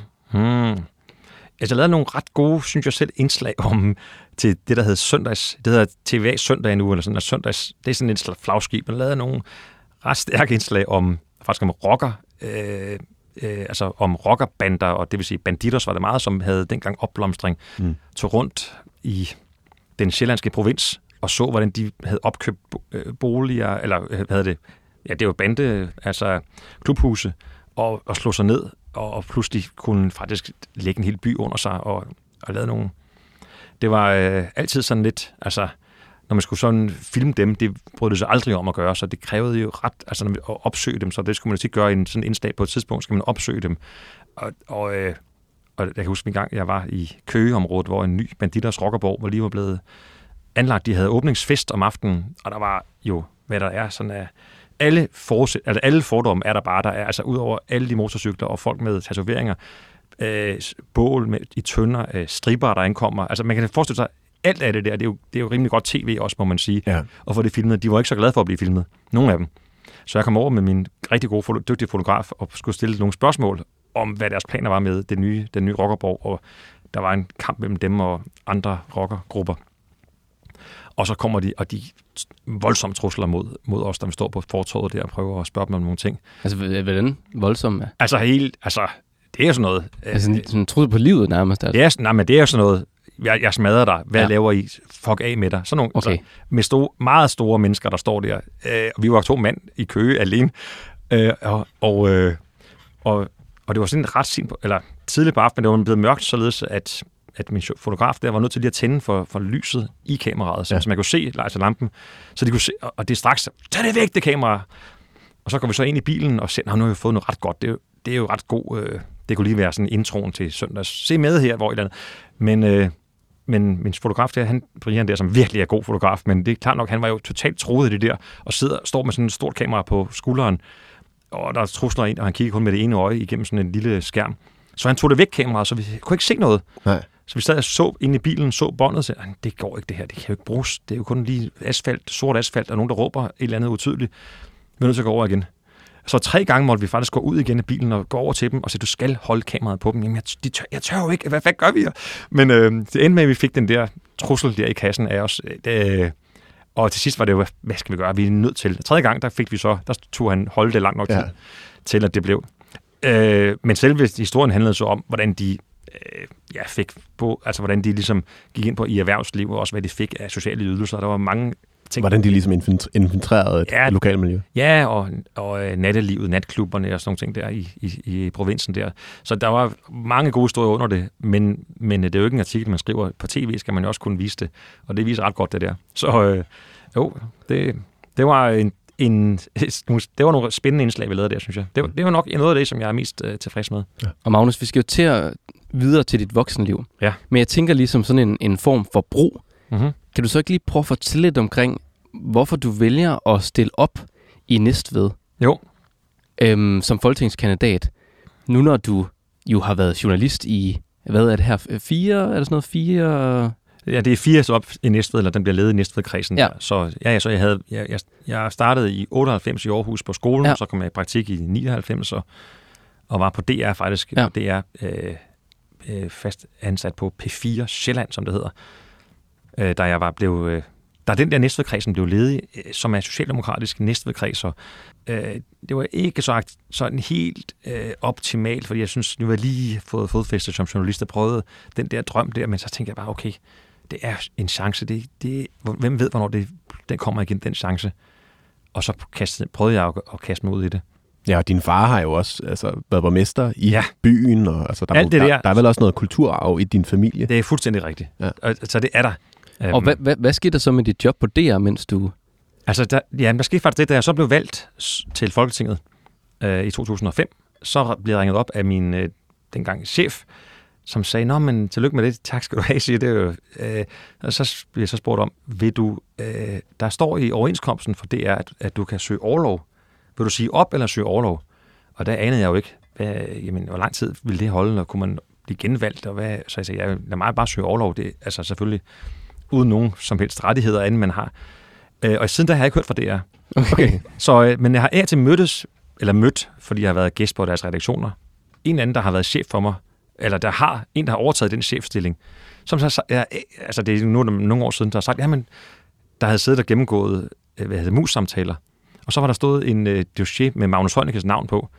Jeg lavede nogle ret gode, synes jeg selv, indslag til det, der hedder søndags. Det hedder TVA Søndag nu, eller sådan en søndags. Det er sådan et flagskib. Jeg lavede nogle ret stærke indslag om rocker, altså om rockerbander, og det vil sige banditter, var det meget, som havde dengang opblomstring, tog rundt i den sjællandske provins, og så, hvordan de havde opkøbt boliger, eller havde det, det var bande, altså klubhuse, og slog sig ned, og pludselig kunne faktisk lægge en hel by under sig, og lave nogle... Det var altid sådan lidt, altså... Når man skulle sådan filme dem, det brød det sig aldrig om at gøre, så det krævede jo ret, altså at opsøge dem, så det skulle man ikke gøre i en sådan indslag på et tidspunkt, skal man opsøge dem. Og jeg kan huske en gang, jeg var i Køge-området, hvor en ny banditters rockerborg var lige var blevet anlagt. De havde åbningsfest om aftenen, og der var jo, hvad der er, sådan af alle fordomme er der bare, der er altså ud over alle de motorcykler og folk med tatoveringer, bål i tønder, stripper, der ankommer. Altså man kan forestille sig, alt af det der, det er jo rimelig godt tv også, må man sige, og få det filmet. De var ikke så glade for at blive filmet, nogle af dem. Så jeg kom over med min rigtig gode, dygtige fotograf og skulle stille nogle spørgsmål om, hvad deres planer var med den nye rockerborg, og der var en kamp mellem dem og andre rockergrupper. Og så kommer de, og de voldsomme trusler mod os, der vi står på fortovet der og prøver at spørge dem om nogle ting. Altså, hvordan voldsomme? Altså, det er sådan noget... Altså, sådan trussel på livet nærmest? Altså. Men det er sådan noget... Jeg smadrer dig. Hvad laver I? Fuck af med dig. Sådan nogle, okay. Med meget store mennesker, der står der. Og vi var 2 mand i Køge alene. Og det var sådan ret sent, eller tidligt på aftenen, det var blevet mørkt, således at at min fotograf der var nødt til lige at tænde for lyset i kameraet, så man kunne se lampen, så de kunne se, og det er straks, tag det væk, det kamera. Og så går vi så ind i bilen og siger, nu har vi fået noget ret godt. Det er jo ret god, det kunne lige være sådan introen til søndags. Se med her, hvor i landet. Men min fotograf der, Brian der, som virkelig er god fotograf, men det er klart nok, han var jo totalt troet i det der, og står med sådan et stort kamera på skulderen, og der trusler ind, og han kigger kun med det ene øje igennem sådan en lille skærm. Så han tog det væk kameraet, så vi kunne ikke se noget. Nej. Så vi sad og så inde i bilen, så båndet, og sagde, det går ikke det her, det kan jo ikke bruges. Det er jo kun lige asfalt, sort asfalt, og nogen, der råber et eller andet utydeligt. Vi er nødt til at gå over igen. Så 3 gange måtte vi faktisk gå ud igen af bilen og gå over til dem og sige, du skal holde kameraet på dem. Jamen, jeg tør jo ikke. Hvad gør vi her? Men det endte med, at vi fik den der trussel der i kassen af os. Og til sidst var det jo, hvad skal vi gøre? Vi er nødt til. 3. gang, der tog han holde det langt nok tid, til at det blev. Men selve historien handlede så om, hvordan de fik på, altså hvordan de ligesom gik ind på i erhvervslivet, og også hvad de fik af sociale ydelser. Der var mange ting. Hvordan de ligesom infiltrerede et lokalmiljø. Ja, og nattelivet, natklubberne og sådan nogle ting der i provinsen der. Så der var mange gode historier under det, men det er jo ikke en artikel, man skriver. På tv skal man jo også kunne vise det, og det viser ret godt det der. Så det var det var nogle spændende indslag, vi lavede der, synes jeg. Det var nok noget af det, som jeg er mest tilfreds med. Ja. Og Magnus, vi skal jo til at videre til dit voksenliv. Ja. Men jeg tænker ligesom sådan en form for bro. Mm-hmm. Kan du så ikke lige prøve at fortælle lidt omkring, hvorfor du vælger at stille op i Næstved? Jo. Som folketingskandidat. Nu når du jo har været journalist i, hvad er det her, 4? Er det sådan noget 4? Ja, det er 4 så op i Næstved, eller den bliver ledet i Næstved-kredsen. Ja. Så jeg startede i 98 i Aarhus på skolen, så kom jeg i praktik i 99 og var på DR faktisk. Ja. DR fast ansat på P4 Sjælland, som det hedder. Da den der Næstved-kredsen blev ledig, som er socialdemokratisk Næstved-kreds, så det var ikke sådan helt optimalt, fordi jeg synes, nu har jeg lige fået fodfæste som journalist og prøvede den der drøm der, men så tænkte jeg bare, okay, det er en chance. Hvem ved, hvornår den kommer igen, den chance? Og så prøvede jeg at kaste mig ud i det. Ja, og din far har jo også været borgmester i byen, og der er vel også noget kulturarv i din familie. Det er fuldstændig rigtigt. Ja. Så det er der. Og hvad skete der så med dit job på DR, mens du... Altså, der skete faktisk det, da jeg så blev valgt til Folketinget i 2005, så blev jeg ringet op af min dengang chef, som sagde, nå, men tillykke med det, tak skal du have, siger det jo. Og så blev jeg så spurgt om, vil du, der står i overenskomsten for DR, at du kan søge orlov. Vil du sige op eller søge orlov? Og der anede jeg jo ikke, hvor lang tid ville det holde, og kunne man blive genvalgt, og hvad? Så jeg sagde, lad mig bare søge orlov, det altså selvfølgelig uden nogen som helst rettigheder, anden man har. Og siden da har jeg ikke hørt fra DR. Okay. Så, men jeg har af til mødt, fordi jeg har været gæst på deres redaktioner. En anden, der har været chef for mig, eller der har overtaget den chefstilling, som så, altså det er nu nogle år siden, der har sagt, jamen, der havde siddet og gennemgået mus-samtaler, og så var der stået en dossier med Magnus Heunicke's navn på.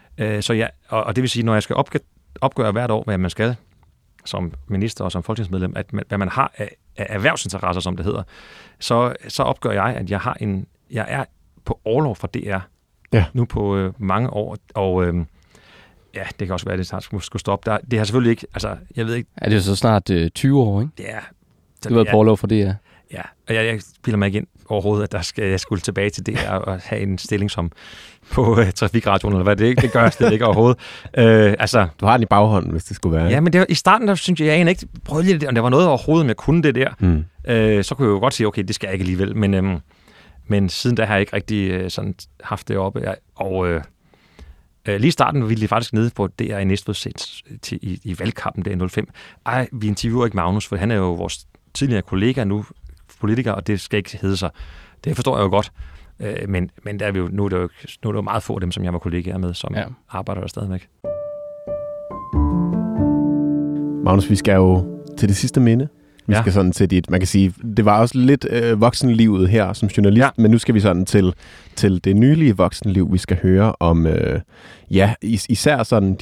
Og det vil sige, når jeg skal opgøre hvert år, hvad man skal som minister og som folketingsmedlem, hvad man har af erhvervsinteresser, som det hedder, så opgør jeg, at jeg er på orlov fra DR nu på mange år, og det kan også være, at det snart skulle stoppe. Det har selvfølgelig ikke, altså, jeg ved ikke... Er det så snart 20 år, ikke? Ja. Du har været på orlov for DR. Ja, og jeg spiller mig igen overhovedet, at jeg skulle tilbage til DR og have en stilling som på trafikradioen, eller hvad det gør jeg slet ikke overhovedet. Du har den i baghånden, hvis det skulle være. Ja, men i starten, der synes jeg egentlig ikke prøvede lidt, om der var noget overhovedet, om jeg kunne det der. Så kunne jeg jo godt sige, okay, det skal jeg ikke alligevel, men siden da har jeg ikke rigtig sådan haft det oppe. Lige i starten ville de faktisk nede på DR i Næstved i valgkampen der i 05. Vi interviewer ikke Magnus, for han er jo vores tidligere kollega nu, politiker, og det skal ikke hedde sig. Det forstår jeg jo godt. Men der er vi jo, nu er det jo meget få af dem, som jeg var kollegaer med, som arbejder der stadigvæk. Magnus, vi skal jo til det sidste minde. Vi skal sådan til dit, man kan sige, det var også lidt voksenlivet her som journalist, men nu skal vi sådan til det nylige voksenliv, vi skal høre om, især sådan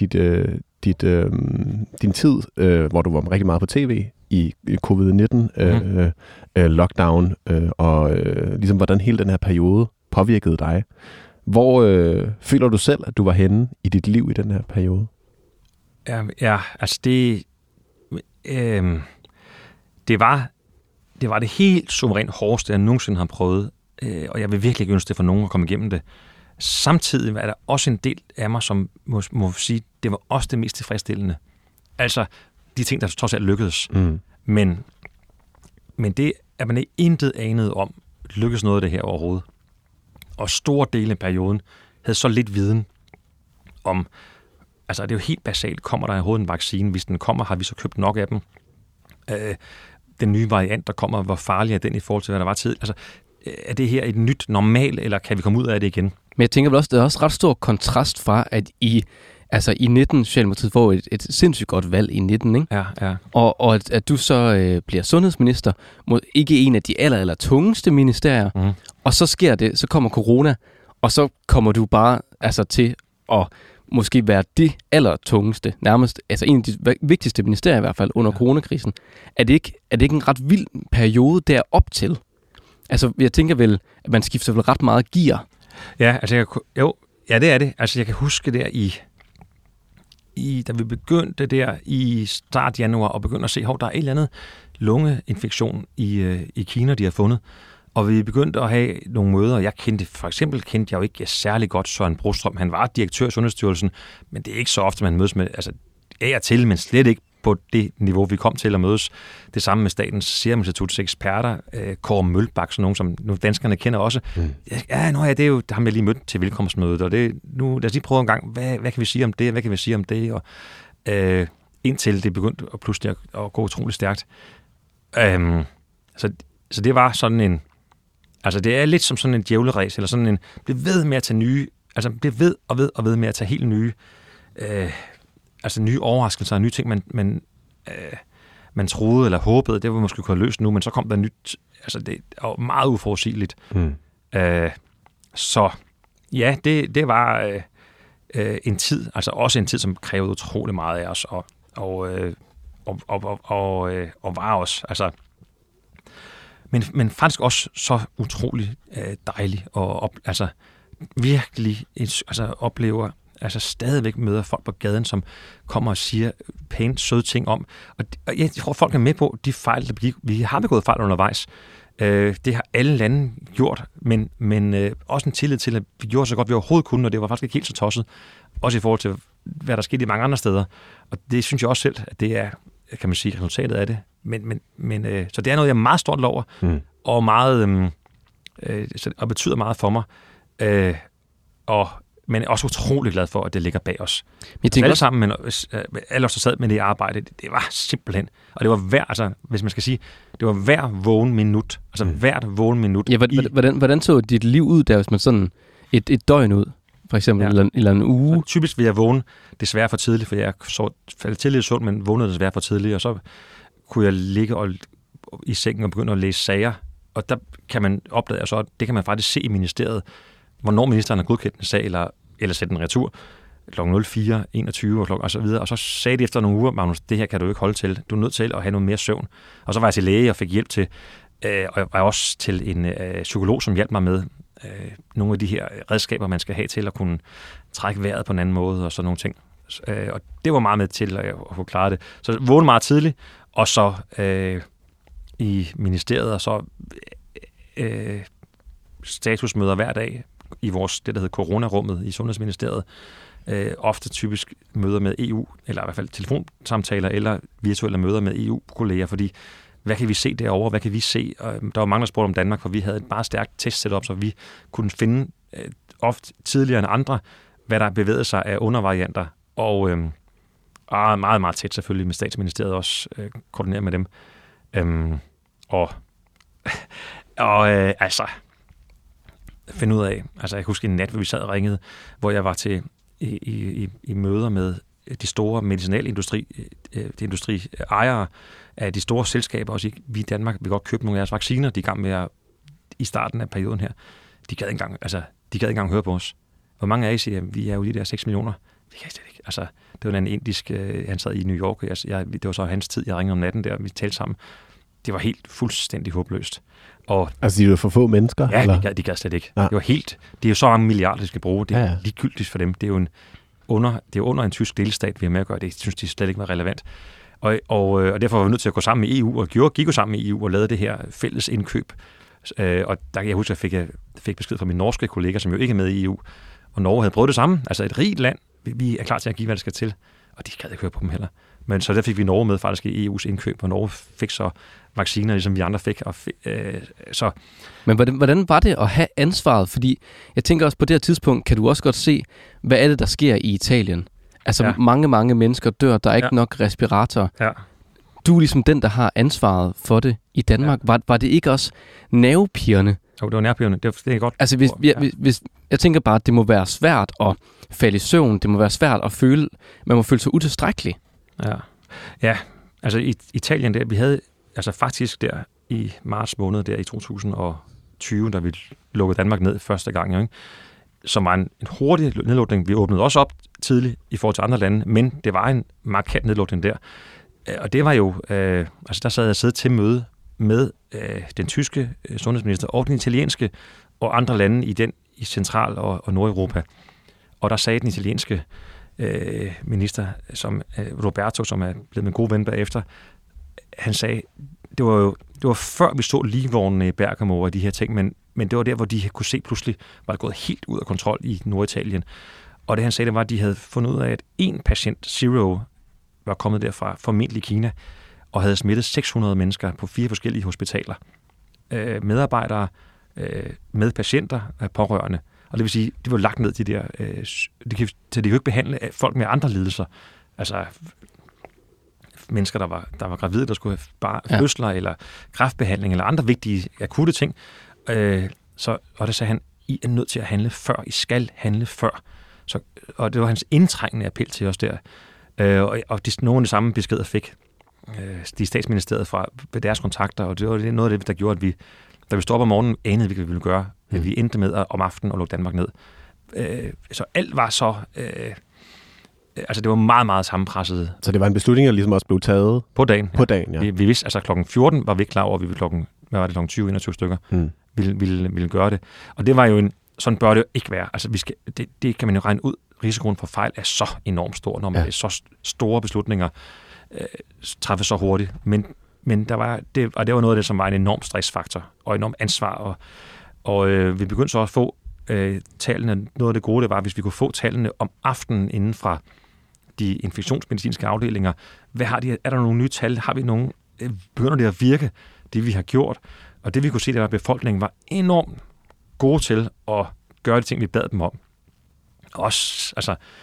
din tid, hvor du var rigtig meget på tv i covid-19 lockdown, og ligesom hvordan hele den her periode påvirkede dig. Hvor føler du selv, at du var henne i dit liv i den her periode? Ja, altså det... det var det helt suverænt hårdeste, jeg nogensinde har prøvet, og jeg vil virkelig ikke ønske det for nogen at komme igennem det. Samtidig er der også en del af mig, som må sige, det var også det mest tilfredsstillende. Altså, de ting, der trods alt lykkedes. Men det, at man ikke intet anede om, lykkedes noget af det her overhovedet. Og store dele af perioden havde så lidt viden om, altså det er jo helt basalt, kommer der overhovedet en vaccine? Hvis den kommer, har vi så købt nok af dem? Den nye variant, der kommer, hvor farlig er den i forhold til, hvad der var tid? Altså, er det her et nyt normal, eller kan vi komme ud af det igen? Men jeg tænker vel også, det er også ret stor kontrast fra, at i 19 Socialdemokratiet får et sindssygt godt valg i 19, ikke? Ja. Og at du så bliver sundhedsminister, ikke en af de aller tungeste ministerier, og så sker det, så kommer corona, og så kommer du bare til at måske være det allertungeste, nærmest, altså en af de vigtigste ministerier i hvert fald under coronakrisen. Er det ikke en ret vild periode derop til? Altså, jeg tænker vel, at man skifter vel ret meget gear. Ja, altså, det er det. Altså, jeg kan huske der da vi begyndte der i start januar og begyndte at se, der er et eller andet lungeinfektion i Kina, de har fundet. Og vi begyndte at have nogle møder. Jeg kendte jeg jo ikke særlig godt Søren Brostrøm. Han var direktør i Sundhedsstyrelsen, men det er ikke så ofte, man mødes med, altså af og til, men slet ikke på det niveau, vi kom til at mødes. Det samme med Statens Serum Instituts eksperter, Kåre Mølbak, sådan nogen, som nu danskerne kender også. Det er jo ham, jeg lige mødte til velkomstmødet, og nu lad os lige prøve en gang, hvad kan vi sige om det, hvad kan vi sige om det, og indtil det begyndte at pludselig at gå utroligt stærkt. Så det var sådan en, altså det er lidt som sådan en djævleræs, eller sådan en, bliv ved med at tage nye, altså bliv ved med at tage helt nye, nye overraskelser og nye ting, man troede eller håbede, det var måske kunne have løst nu, men så kom der nyt, altså det er meget uforudsigeligt. Så ja, det var en tid, altså også en tid, som krævede utrolig meget af os, og var også, altså, men faktisk også så utrolig dejlig, og virkelig oplever, stadigvæk møder folk på gaden, som kommer og siger pænt søde ting om. Og jeg tror, folk er med på de fejl, der begik. Vi har begået fejl undervejs. Det har alle lande gjort, men også en tillid til, at vi gjorde så godt, vi overhovedet kunne, og det var faktisk ikke helt så tosset. Også i forhold til, hvad der skete i mange andre steder. Og det synes jeg også selv, at det er, kan man sige, resultatet af det. Så det er noget, jeg er meget stolt over, og meget, og betyder meget for mig. Men også utrolig glad for, at det ligger bag os. Jeg tænker alle sammen, men alle os, der sad med det arbejde, det var simpelthen, og det var hver, hvis man skal sige, det var hver vågen minut, hvert vågen minut. Ja, hvordan så dit liv ud der, hvis man sådan et døgn ud, for eksempel, eller en uge? Så typisk vil jeg vågne desværre for tidligt, for jeg faldt tidligt i søvn, men vågnede desværre for tidligt, og så kunne jeg ligge i sengen og begynde at læse sager, og der kan man opdage, så det kan man faktisk se i ministeriet, hvornår ministeren har godkendt en sag, eller sætte en retur kl. 04:21 og så videre. Og så sagde de efter nogle uger, Magnus, det her kan du ikke holde til. Du er nødt til at have noget mere søvn. Og så var jeg til læge og fik hjælp til, og jeg var også til en psykolog, som hjalp mig med nogle af de her redskaber, man skal have til at kunne trække vejret på en anden måde og sådan nogle ting. Og det var meget med til at få klaret det. Så jeg vågnede meget tidligt, og så i ministeriet, og så statusmøder hver dag i vores, det der hedder coronarummet i Sundhedsministeriet. Ofte typisk møder med EU, eller i hvert fald telefonsamtaler, eller virtuelle møder med EU-kolleger, fordi hvad kan vi se derovre, hvad kan vi se? Der var mange, der spurgte om Danmark, for vi havde et meget stærkt testsetup, så vi kunne finde ofte tidligere end andre, hvad der bevægede sig af undervarianter, og meget, meget tæt selvfølgelig med Statsministeriet også, koordinere med dem. Finde ud af, jeg kan huske en nat, hvor vi sad og ringede, hvor jeg var til i møder med de store medicinalindustri-ejere af de store selskaber, også vi i Danmark vil godt købe nogle af deres vacciner, de er i gang med i starten af perioden her. De gad ikke engang høre på os. Hvor mange af jer siger, vi er jo lige der 6 millioner. Vi kan slet ikke. Det var en indisk, han sad i New York, det var så hans tid, jeg ringede om natten der, vi talte sammen. Det var helt fuldstændig håbløst. Og de var for få mennesker? Ja, eller? de gad slet ikke. Ja. Det er jo så mange milliarder, de skal bruge. Det er ligegyldigt for dem. Det er jo under en tysk delstat, vi har med at gøre. Det synes de slet ikke var relevant. Og derfor var vi nødt til at gå sammen med EU, og gik jo sammen med EU og lavede det her fælles indkøb. Og der kan jeg huske, at jeg fik besked fra mine norske kolleger, som jo ikke er med i EU, og Norge havde prøvet det samme. Altså et rigt land, vi er klar til at give, hvad det skal til. Og de gad ikke høre på dem heller. Men så der fik vi Norge med faktisk i EU's indkøb, og Norge fik så vacciner, ligesom vi andre fik. Så. Men hvordan var det at have ansvaret? Fordi jeg tænker også, på det her tidspunkt kan du også godt se, hvad er det, der sker i Italien? Altså mange mennesker dør, der er ikke nok respirator. Ja. Du er ligesom den, der har ansvaret for det i Danmark. Ja. Var det ikke også nervepirrende? Jo, det var nervepirrende. Det er godt. Altså, hvis jeg tænker bare, at det må være svært at falde i søvn. Det må være svært at føle, man må føle sig utilstrækkelig. Ja, altså i Italien der, vi havde altså faktisk der i marts måned der i 2020, da vi lukkede Danmark ned første gang, ikke? Som var en hurtig nedlukning. Vi åbnede også op tidligt i forhold til andre lande, men det var en markant nedlukning der. Og det var jo, altså der sad jeg siddet til møde med den tyske sundhedsminister og den italienske og andre lande i Central- og Nordeuropa. Og der sagde den italienske minister, som Roberto, som er blevet min gode ven bagefter, han sagde, det var før vi så ligevognene i Bergamo og de her ting, men det var der, hvor de kunne se pludselig, var det gået helt ud af kontrol i Norditalien. Og det han sagde, det var, at de havde fundet ud af, at en patient, Zero, var kommet derfra, formentlig Kina, og havde smittet 600 mennesker på 4 forskellige hospitaler. Medarbejdere, med patienter, pårørende. Og det vil sige, de var lagt ned de der, så de kan jo ikke behandle folk med andre lidelser. Altså mennesker, der var gravide, der skulle have fødsler, eller kræftbehandling, eller andre vigtige, akutte ting. Og det sagde han, I er nødt til at handle før. I skal handle før. Og det var hans indtrængende appel til os der. Og nogle af de samme beskeder fik de statsministeriet fra deres kontakter, og det var noget af det, der gjorde, at vi, da vi stod op om morgenen, anede vi, hvad vi ville gøre. Vi endte med om aftenen at lukke Danmark ned. Så alt var så. Altså det var meget, meget sammenpresset. Så det var en beslutning, der ligesom også blev taget på dagen. På dagen, ja. Vi vidste, altså klokken 14 var vi ikke klar over, at vi ville klokken 20-21 stykker ville gøre det. Og det var jo sådan bør det jo ikke være. Altså det kan man jo regne ud. Risikoen for fejl er så enormt stor, når man er så store beslutninger træffes så hurtigt. Men det var noget af det, som var en enorm stressfaktor og enorm ansvar. Og vi begyndte så at få tallene. Noget af det gode, det var, hvis vi kunne få tallene om aftenen inden fra de infektionsmedicinske afdelinger. Hvad har de? Er der nogle nye tal? Har vi nogle? Begynder det at virke, det vi har gjort? Og det vi kunne se, det var, at befolkningen var enormt gode til at gøre de ting, vi bad dem om. Også,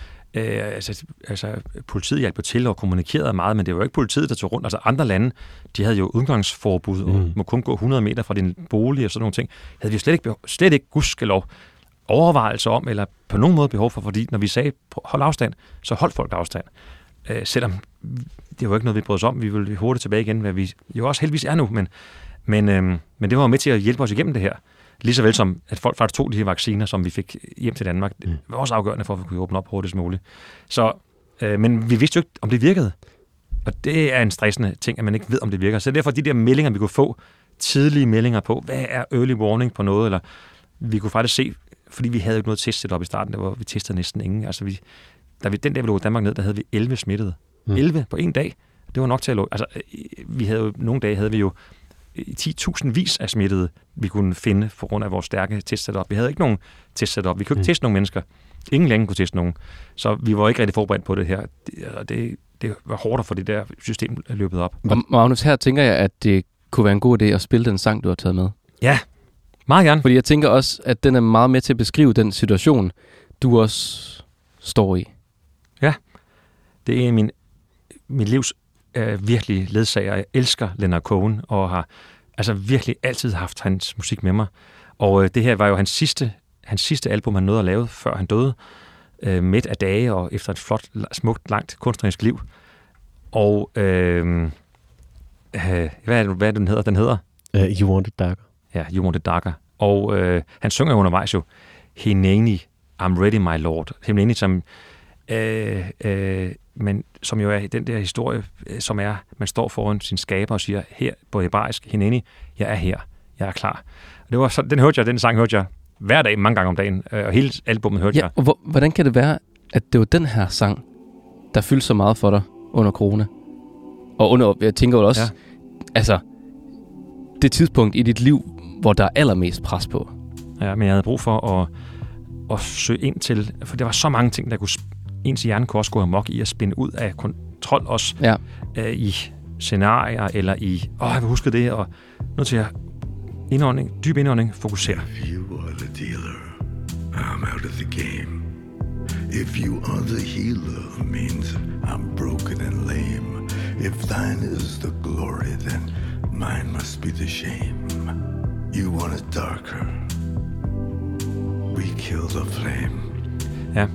politiet hjalp til og kommunikerede meget, men det var jo ikke politiet, der tog rundt. Altså andre lande, de havde jo udgangsforbud og må kun gå 100 meter fra din bolig og sådan nogle ting. Havde vi slet ikke gudskelov overvejelser om, eller på nogen måde behov for, fordi når vi sagde, hold afstand, så holdt folk afstand. Selvom det var ikke noget, vi brød os om. Vi ville hurtigt tilbage igen, hvad vi jo også heldigvis er nu, men det var med til at hjælpe os igennem det her. Lige så vel som, at folk faktisk tog de her vacciner, som vi fik hjem til Danmark. Det var også afgørende for, at vi kunne åbne op hurtigst muligt. Så, men vi vidste jo ikke, om det virkede. Og det er en stressende ting, at man ikke ved, om det virker. Så derfor de der meldinger, vi kunne få, tidlige meldinger på, hvad er early warning på noget, eller vi kunne faktisk se, fordi vi havde jo ikke noget testet op i starten, hvor vi testede næsten ingen. Altså den dag, vi lukkede Danmark ned, der havde vi 11 smittede. 11 på en dag. Det var nok til at lukke. Altså, vi havde jo, nogle dage havde vi jo 10.000 vis af smittede, vi kunne finde på grund af vores stærke testsetup. Vi havde ikke nogen testsetup. Vi kunne ikke teste nogen mennesker. Ingen længe kunne teste nogen. Så vi var ikke rigtig forberedt på det her. Det var hårdt at få det der system løbet op. Magnus, her tænker jeg, at det kunne være en god idé at spille den sang, du har taget med. Ja, meget gerne. Fordi jeg tænker også, at den er meget med til at beskrive den situation, du også står i. Ja, det er min livs virkelig ledsager. Jeg elsker Leonard Cohen, og har altså virkelig altid haft hans musik med mig. Og det her var jo hans sidste album, han nåede at lave, før han døde. Midt af dage, og efter et flot, smukt, langt kunstnerisk liv. Og hvad er det, den hedder? Den hedder? You Want It Darker. Ja, You Want It Darker. Og han synger undervejs jo, Hineni, I'm Ready, My Lord. Hineni, som men som jo er den der historie, som er, man står foran sin skaber og siger, her på hebraisk, Hineni, jeg er her, jeg er klar. Og det var så, den sang hørte jeg hver dag, mange gange om dagen, og hele albumet hørte jeg. Og hvordan kan det være, at det var den her sang, der fyldte så meget for dig under corona? Og jeg tænker jo også, altså, det tidspunkt i dit liv, hvor der er allermest pres på. Ja, men jeg havde brug for at søge ind til, for der var så mange ting, der kunne, ens hjerne kunne også gå amok i at spænde ud af kontrol også i scenarier, eller i, jeg vil huske det, og nu til at dyb indånding, fokusere. If you are the dealer, I'm out of the game. If you are the healer, means I'm broken and lame. If thine is the glory, then mine must be the shame. You want it darker. We kill the flame. Ja,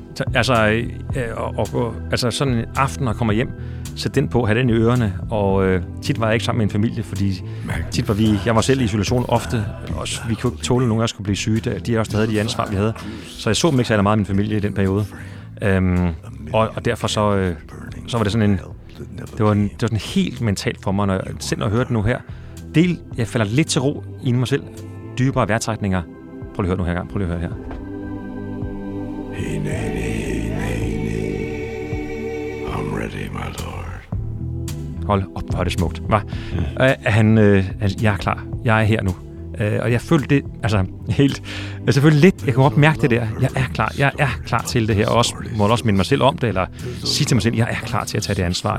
altså sådan en aften, når jeg kommer hjem, sæt den på, have den i ørerne, og tit var jeg ikke sammen med en familie, fordi tit var jeg var selv i isolation ofte, og vi kunne ikke tåle, at nogen af os skulle blive syge, de også havde de ansvar, vi havde. Så jeg så dem ikke særlig meget af min familie i den periode. Og derfor så var det sådan en, det var sådan helt mentalt for mig, når jeg hører det nu her. Jeg falder lidt til ro inde i mig selv, dybere vejrtrækninger. Prøv lige at høre nu her gang, prøv lige at høre her. I'm ready, my lord. Hold op, hvor er det smukt, hva? Jeg er klar. Jeg er her nu. Og jeg følte det, altså helt, selvfølgelig lidt, jeg kan godt mærke det der. Jeg er klar til det her, og må også minde mig selv om det, eller sige til mig selv, jeg er klar til at tage det ansvar.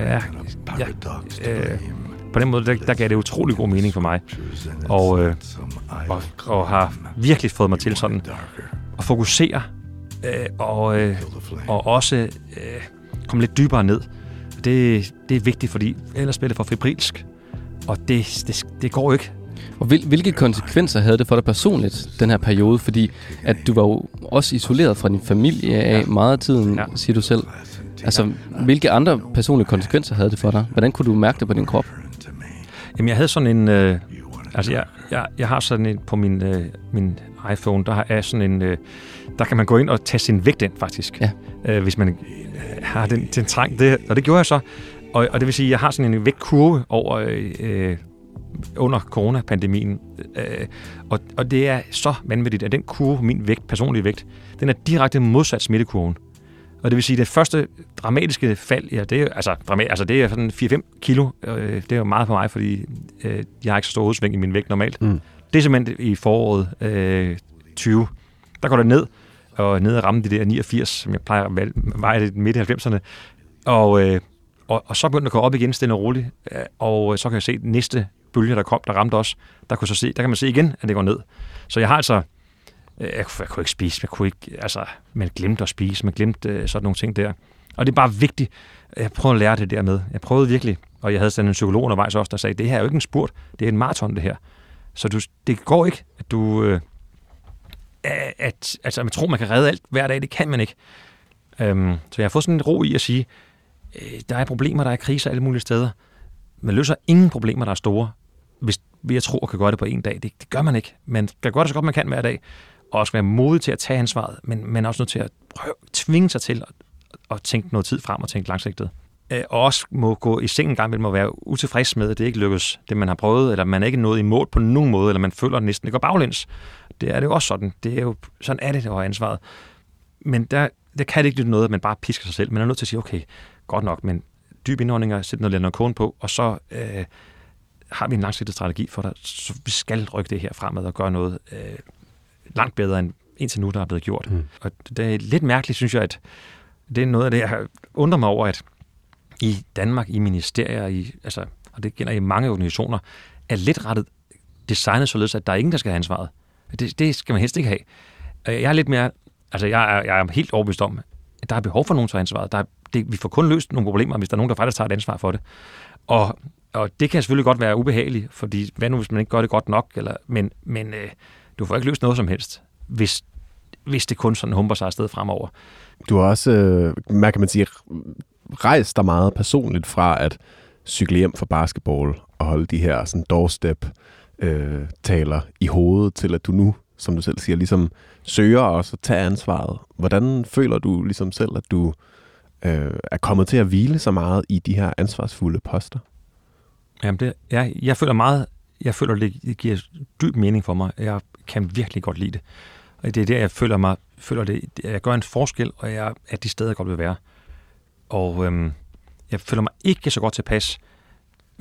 På den måde, der gav det utrolig god mening for mig. Og har virkelig fået mig til sådan at fokusere, og også komme lidt dybere ned. Det er vigtigt, fordi ellers bliver det for febrilsk, og det går ikke. Og hvilke konsekvenser havde det for dig personligt, den her periode? Fordi at du var jo også isoleret fra din familie af meget af tiden, siger du selv. Altså, hvilke andre personlige konsekvenser havde det for dig? Hvordan kunne du mærke det på din krop? Jamen, jeg havde sådan en... jeg har sådan en... På min iPhone, der er sådan en... der kan man gå ind og tage sin vægt ind, faktisk. Ja. Hvis man har den trang. Og det gjorde jeg så. Og det vil sige, at jeg har sådan en vægtkurve over... under coronapandemien. Og det er så vanvittigt, at den kurve, min vægt, personlige vægt, den er direkte modsat smittekurven. Og det vil sige, at det første dramatiske fald, det er det er sådan 4-5 kilo. Det er jo meget for mig, fordi jeg har ikke så stor udsving i min vægt normalt. Det er simpelthen i foråret 20. Der går det ned, og ned og ramme de der 89, som jeg plejer at veje midt i 90'erne. Og så begyndte det at gå op igen, stille og roligt. Og så kan jeg se den næste bølge, der kom, der ramte os. Der kan man se igen, at det går ned. Så jeg har altså... Jeg kunne ikke spise, man glemte at spise, man glemte sådan nogle ting der. Og det er bare vigtigt, jeg prøvede at lære det der med. Jeg prøvede virkelig, og jeg havde sådan en psykolog undervejs også, der sagde, det her er jo ikke en spurt, det er en maraton det her. Så det går ikke, at du... man tror, man kan redde alt hver dag, det kan man ikke. Så jeg har fået sådan en ro i at sige, der er problemer, der er kriser alle mulige steder. Man løser ingen problemer, der er store, hvis jeg tror, kan gøre det på en dag. Det gør man ikke. Man kan gøre det så godt, man kan hver dag, og også være modig til at tage ansvaret, men også nødt til at tvinge sig til at tænke noget tid frem og tænke langsigtet. Og også må gå i seng en gang, må være utilfreds med, at det ikke lykkes, det man har prøvet, eller man er ikke nået i mål på nogen måde, eller man føler at næsten det går baglæns. Det er det jo også sådan. Sådan er det at have ansvaret. Men der kan det ikke lytte noget, at man bare pisker sig selv. Man er nødt til at sige, okay, godt nok, men dyb indåndinger, sæt noget kone på, og så har vi en langsigtet strategi for dig, så vi skal rykke det her fremad og gøre noget langt bedre end indtil nu, der er blevet gjort. Og det er lidt mærkeligt, synes jeg, at det er noget af det, jeg undrer mig over, at i Danmark, i ministerier, og det gælder i mange organisationer, er lidt rettet designet således, at der er ingen, der skal have ansvaret. Det skal man helst ikke have. Jeg er lidt mere, jeg er helt overbevist om, at der er behov for nogen til ansvaret. Vi får kun løst nogle problemer, hvis der er nogen, der faktisk tager et ansvar for det. Og det kan selvfølgelig godt være ubehageligt, fordi hvad nu, hvis man ikke gør det godt nok? Men du får ikke løst noget som helst, hvis det kun sådan humper sig afsted fremover. Du har også, kan man sige, rejst dig meget personligt fra at cykle hjem fra basketball og holde de her sådan doorstep-taler i hovedet, til at du nu, som du selv siger, ligesom søger også at tage ansvaret. Hvordan føler du ligesom selv, at du er kommet til at hvile så meget i de her ansvarsfulde poster? Jamen jeg føler, det giver dyb mening for mig. Jeg kan virkelig godt lide det. Og det er der, jeg føler det, jeg gør en forskel, og jeg er de steder, jeg godt vil være. Og jeg føler mig ikke så godt tilpas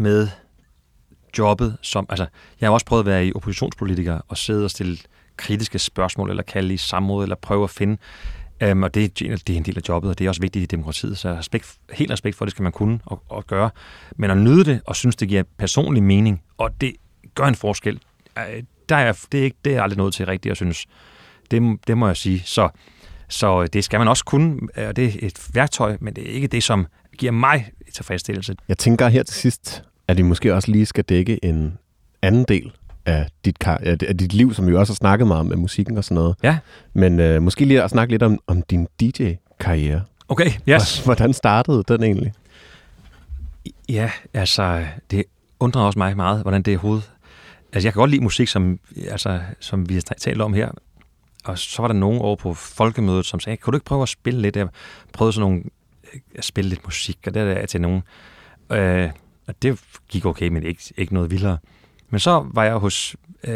med jobbet som... Altså, jeg har også prøvet at være i oppositionspolitiker og sidde og stille kritiske spørgsmål, eller kalde i samråd, eller prøve at finde... og det er en del af jobbet, og det er også vigtigt i demokratiet, så helt respekt for, det skal man kunne og gøre. Men at nyde det, og synes, det giver personlig mening, og det gør en forskel, det er aldrig noget til rigtigt, jeg synes. Det må jeg sige. Så det skal man også kunne, og det er et værktøj, men det er ikke det, som giver mig tilfredsstillelse. Jeg tænker her til sidst, at vi måske også lige skal dække en anden del af dit liv, som vi jo også har snakket meget om med musikken og sådan noget. Ja. Men måske lige at snakke lidt om din DJ-karriere. Okay, yes. Hvordan startede den egentlig? Ja, altså, det undrer også mig meget, hvordan det er hovedet. Altså, jeg kan godt lide musik, som vi har talt om her. Og så var der nogle år på folkemødet, som sagde, kan du ikke prøve at spille lidt? Jeg prøvede sådan nogle, at spille lidt musik, og det er til nogen. Og det gik okay, men ikke noget vildere. Men så var jeg hos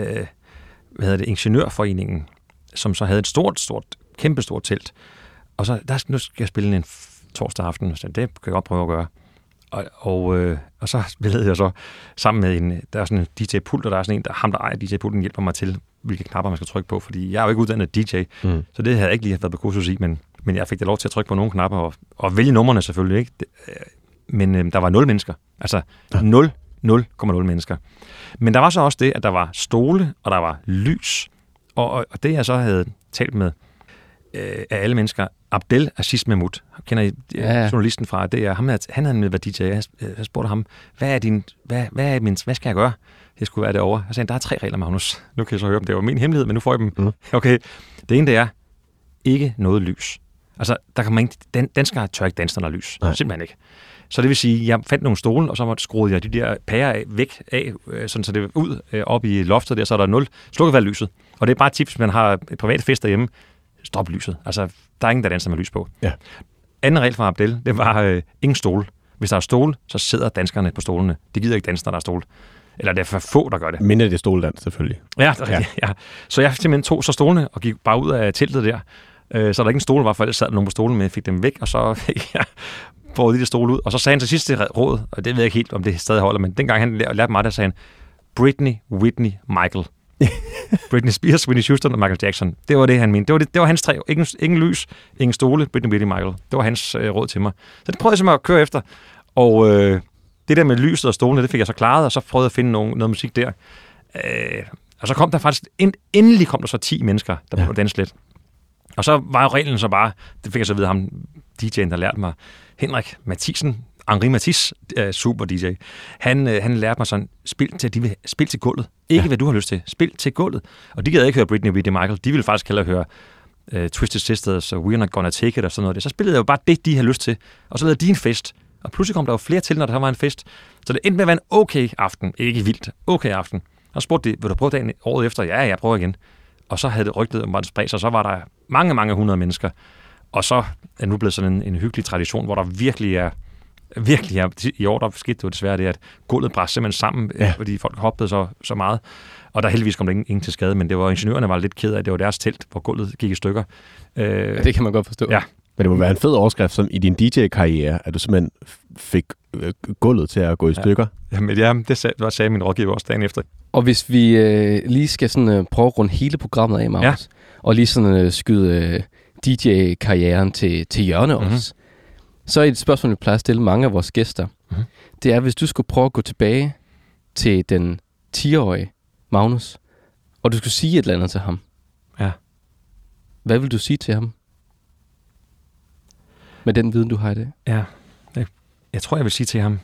Ingeniørforeningen, som så havde et kæmpestort telt. Og så, nu skal jeg spille en torsdag aften, så det kan jeg godt prøve at gøre. Og så spillede jeg så sammen med der er sådan en DJ-pult, og der er sådan en, ham der ejer DJ-pulten, hjælper mig til, hvilke knapper man skal trykke på, fordi jeg er jo ikke uddannet DJ, så det havde jeg ikke lige været på kursus i, men jeg fik da lov til at trykke på nogle knapper, og vælge numrene selvfølgelig, ikke? Men der var 0 mennesker. Altså 0,0 mennesker. Men der var så også det, at der var stole, og der var lys, og det jeg så havde talt med af alle mennesker, Abdel Aziz Mahmoud, kender I journalisten fra DR, han havde med været DJ, jeg spurgte ham, hvad skal jeg gøre? Det skulle være derovre. Jeg sagde, der er 3 regler, Magnus. Nu kan jeg så høre, om det var min hemmelighed, men nu får jeg dem. Okay, det ene det er, ikke noget lys. Altså, der kan man ikke, danskere tør ikke danse, når der er lys. Simpelthen ikke. Så det vil sige, jeg fandt nogle stole, og så skruede jeg de der pærer væk af, sådan så det var ud op i loftet der, så er der 0 slukket for lyset. Og det er bare et tip, hvis man har et privat fest derhjemme, stop lyset. Altså, der er ingen, der danser med lys på. Ja. Anden regel fra Abdel, det var ingen stole. Hvis der er stole, så sidder danskerne på stolene. Det gider ikke danse, når der er stole. Eller det er for få, der gør det. Mindre det stoledans, selvfølgelig. Ja. Så jeg simpelthen tog så stolene og gik bare ud af teltet der. Så der ikke en stole var, for ellers sad nogen på stolen, men jeg fik dem væk, og så får de der stole ud. Og så sagde han til sidste råd, og det ved jeg ikke helt, om det stadig holder, men dengang han lærte mig, der sagde han, Britney, Whitney, Michael. Britney Spears, Whitney Houston og Michael Jackson. Det var det, han mente. Det var hans 3. Ingen lys, ingen stole, Britney, Whitney, Michael. Det var hans råd til mig. Så det prøvede jeg simpelthen at køre efter. Og det der med lyset og stolene, det fik jeg så klaret, og så prøvede jeg at finde noget musik der. Og så kom der faktisk, endelig kom der så 10 mennesker, der begyndte at danse lidt. Og så var jo reglen så bare, det fik jeg så ved ham, DJ'en, der lærte mig, Henrik Mathisen, Henri Matisse, super DJ, han lærte mig sådan, spil til gulvet. Ikke hvad du har lyst til, spil til gulvet. Og de gad ikke høre Britney, Whitney, Michael, de ville faktisk hellere høre Twisted Sisters og We're Not Gonna Take It og sådan noget. Så spillede jeg jo bare det, de havde lyst til. Og så lavede de en fest. Og pludselig kom der jo flere til, når der var en fest. Så det endte med at være en okay aften. Ikke vildt. Okay aften. Og så spurgte de, vil du prøve dagen året efter? Ja, jeg prøver igen. Og så havde det rygtet om det spredt, og så var der mange 100 mennesker. Og så er nu blevet sådan en hyggelig tradition, hvor der virkelig er, i år der skete det jo desværre det, at gulvet brændte simpelthen sammen, fordi folk hoppede så meget. Og der heldigvis kom der ingen til skade, men det var ingeniørerne var lidt ked af, at det var deres telt, hvor gulvet gik i stykker. Det kan man godt forstå. Ja. Men det må være en fed overskrift, som i din DJ-karriere, at du simpelthen fik gulvet til at gå i stykker. Jamen, det sagde min rådgiver også dagen efter. Og hvis vi lige skal sådan, prøve at runde hele programmet af, Magnus, og lige sådan skyde DJ-karrieren til hjørne også, så er et spørgsmål, vi plejer at stille mange af vores gæster. Det er, hvis du skulle prøve at gå tilbage til den 10-årige Magnus, og du skulle sige et eller andet til ham. Ja. Hvad vil du sige til ham? Med den viden, du har i dag? Ja, jeg tror, jeg vil sige til ham,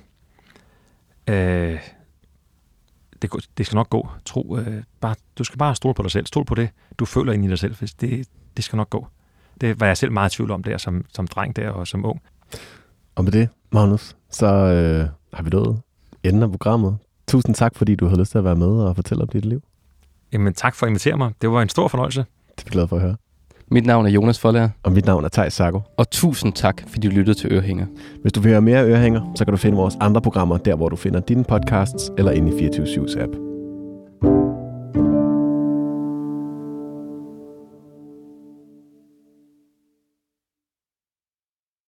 det skal nok gå. Du skal bare stole på dig selv. Stol på det, du føler ind i dig selv. Det skal nok gå. Det var jeg selv meget i tvivl om der, som dreng der og som ung. Og med det, Magnus, så har vi nået enden af programmet. Tusind tak, fordi du havde lyst til at være med og fortælle om dit liv. Jamen tak for at invitere mig. Det var en stor fornøjelse. Det er vi glade for at høre. Mit navn er Jonas Forlager. Og mit navn er Theis Sacco. Og tusind tak, fordi du lyttede til Ørehænger. Hvis du vil høre mere Ørehænger, så kan du finde vores andre programmer, der hvor du finder dine podcasts, eller inde i 24/7's app.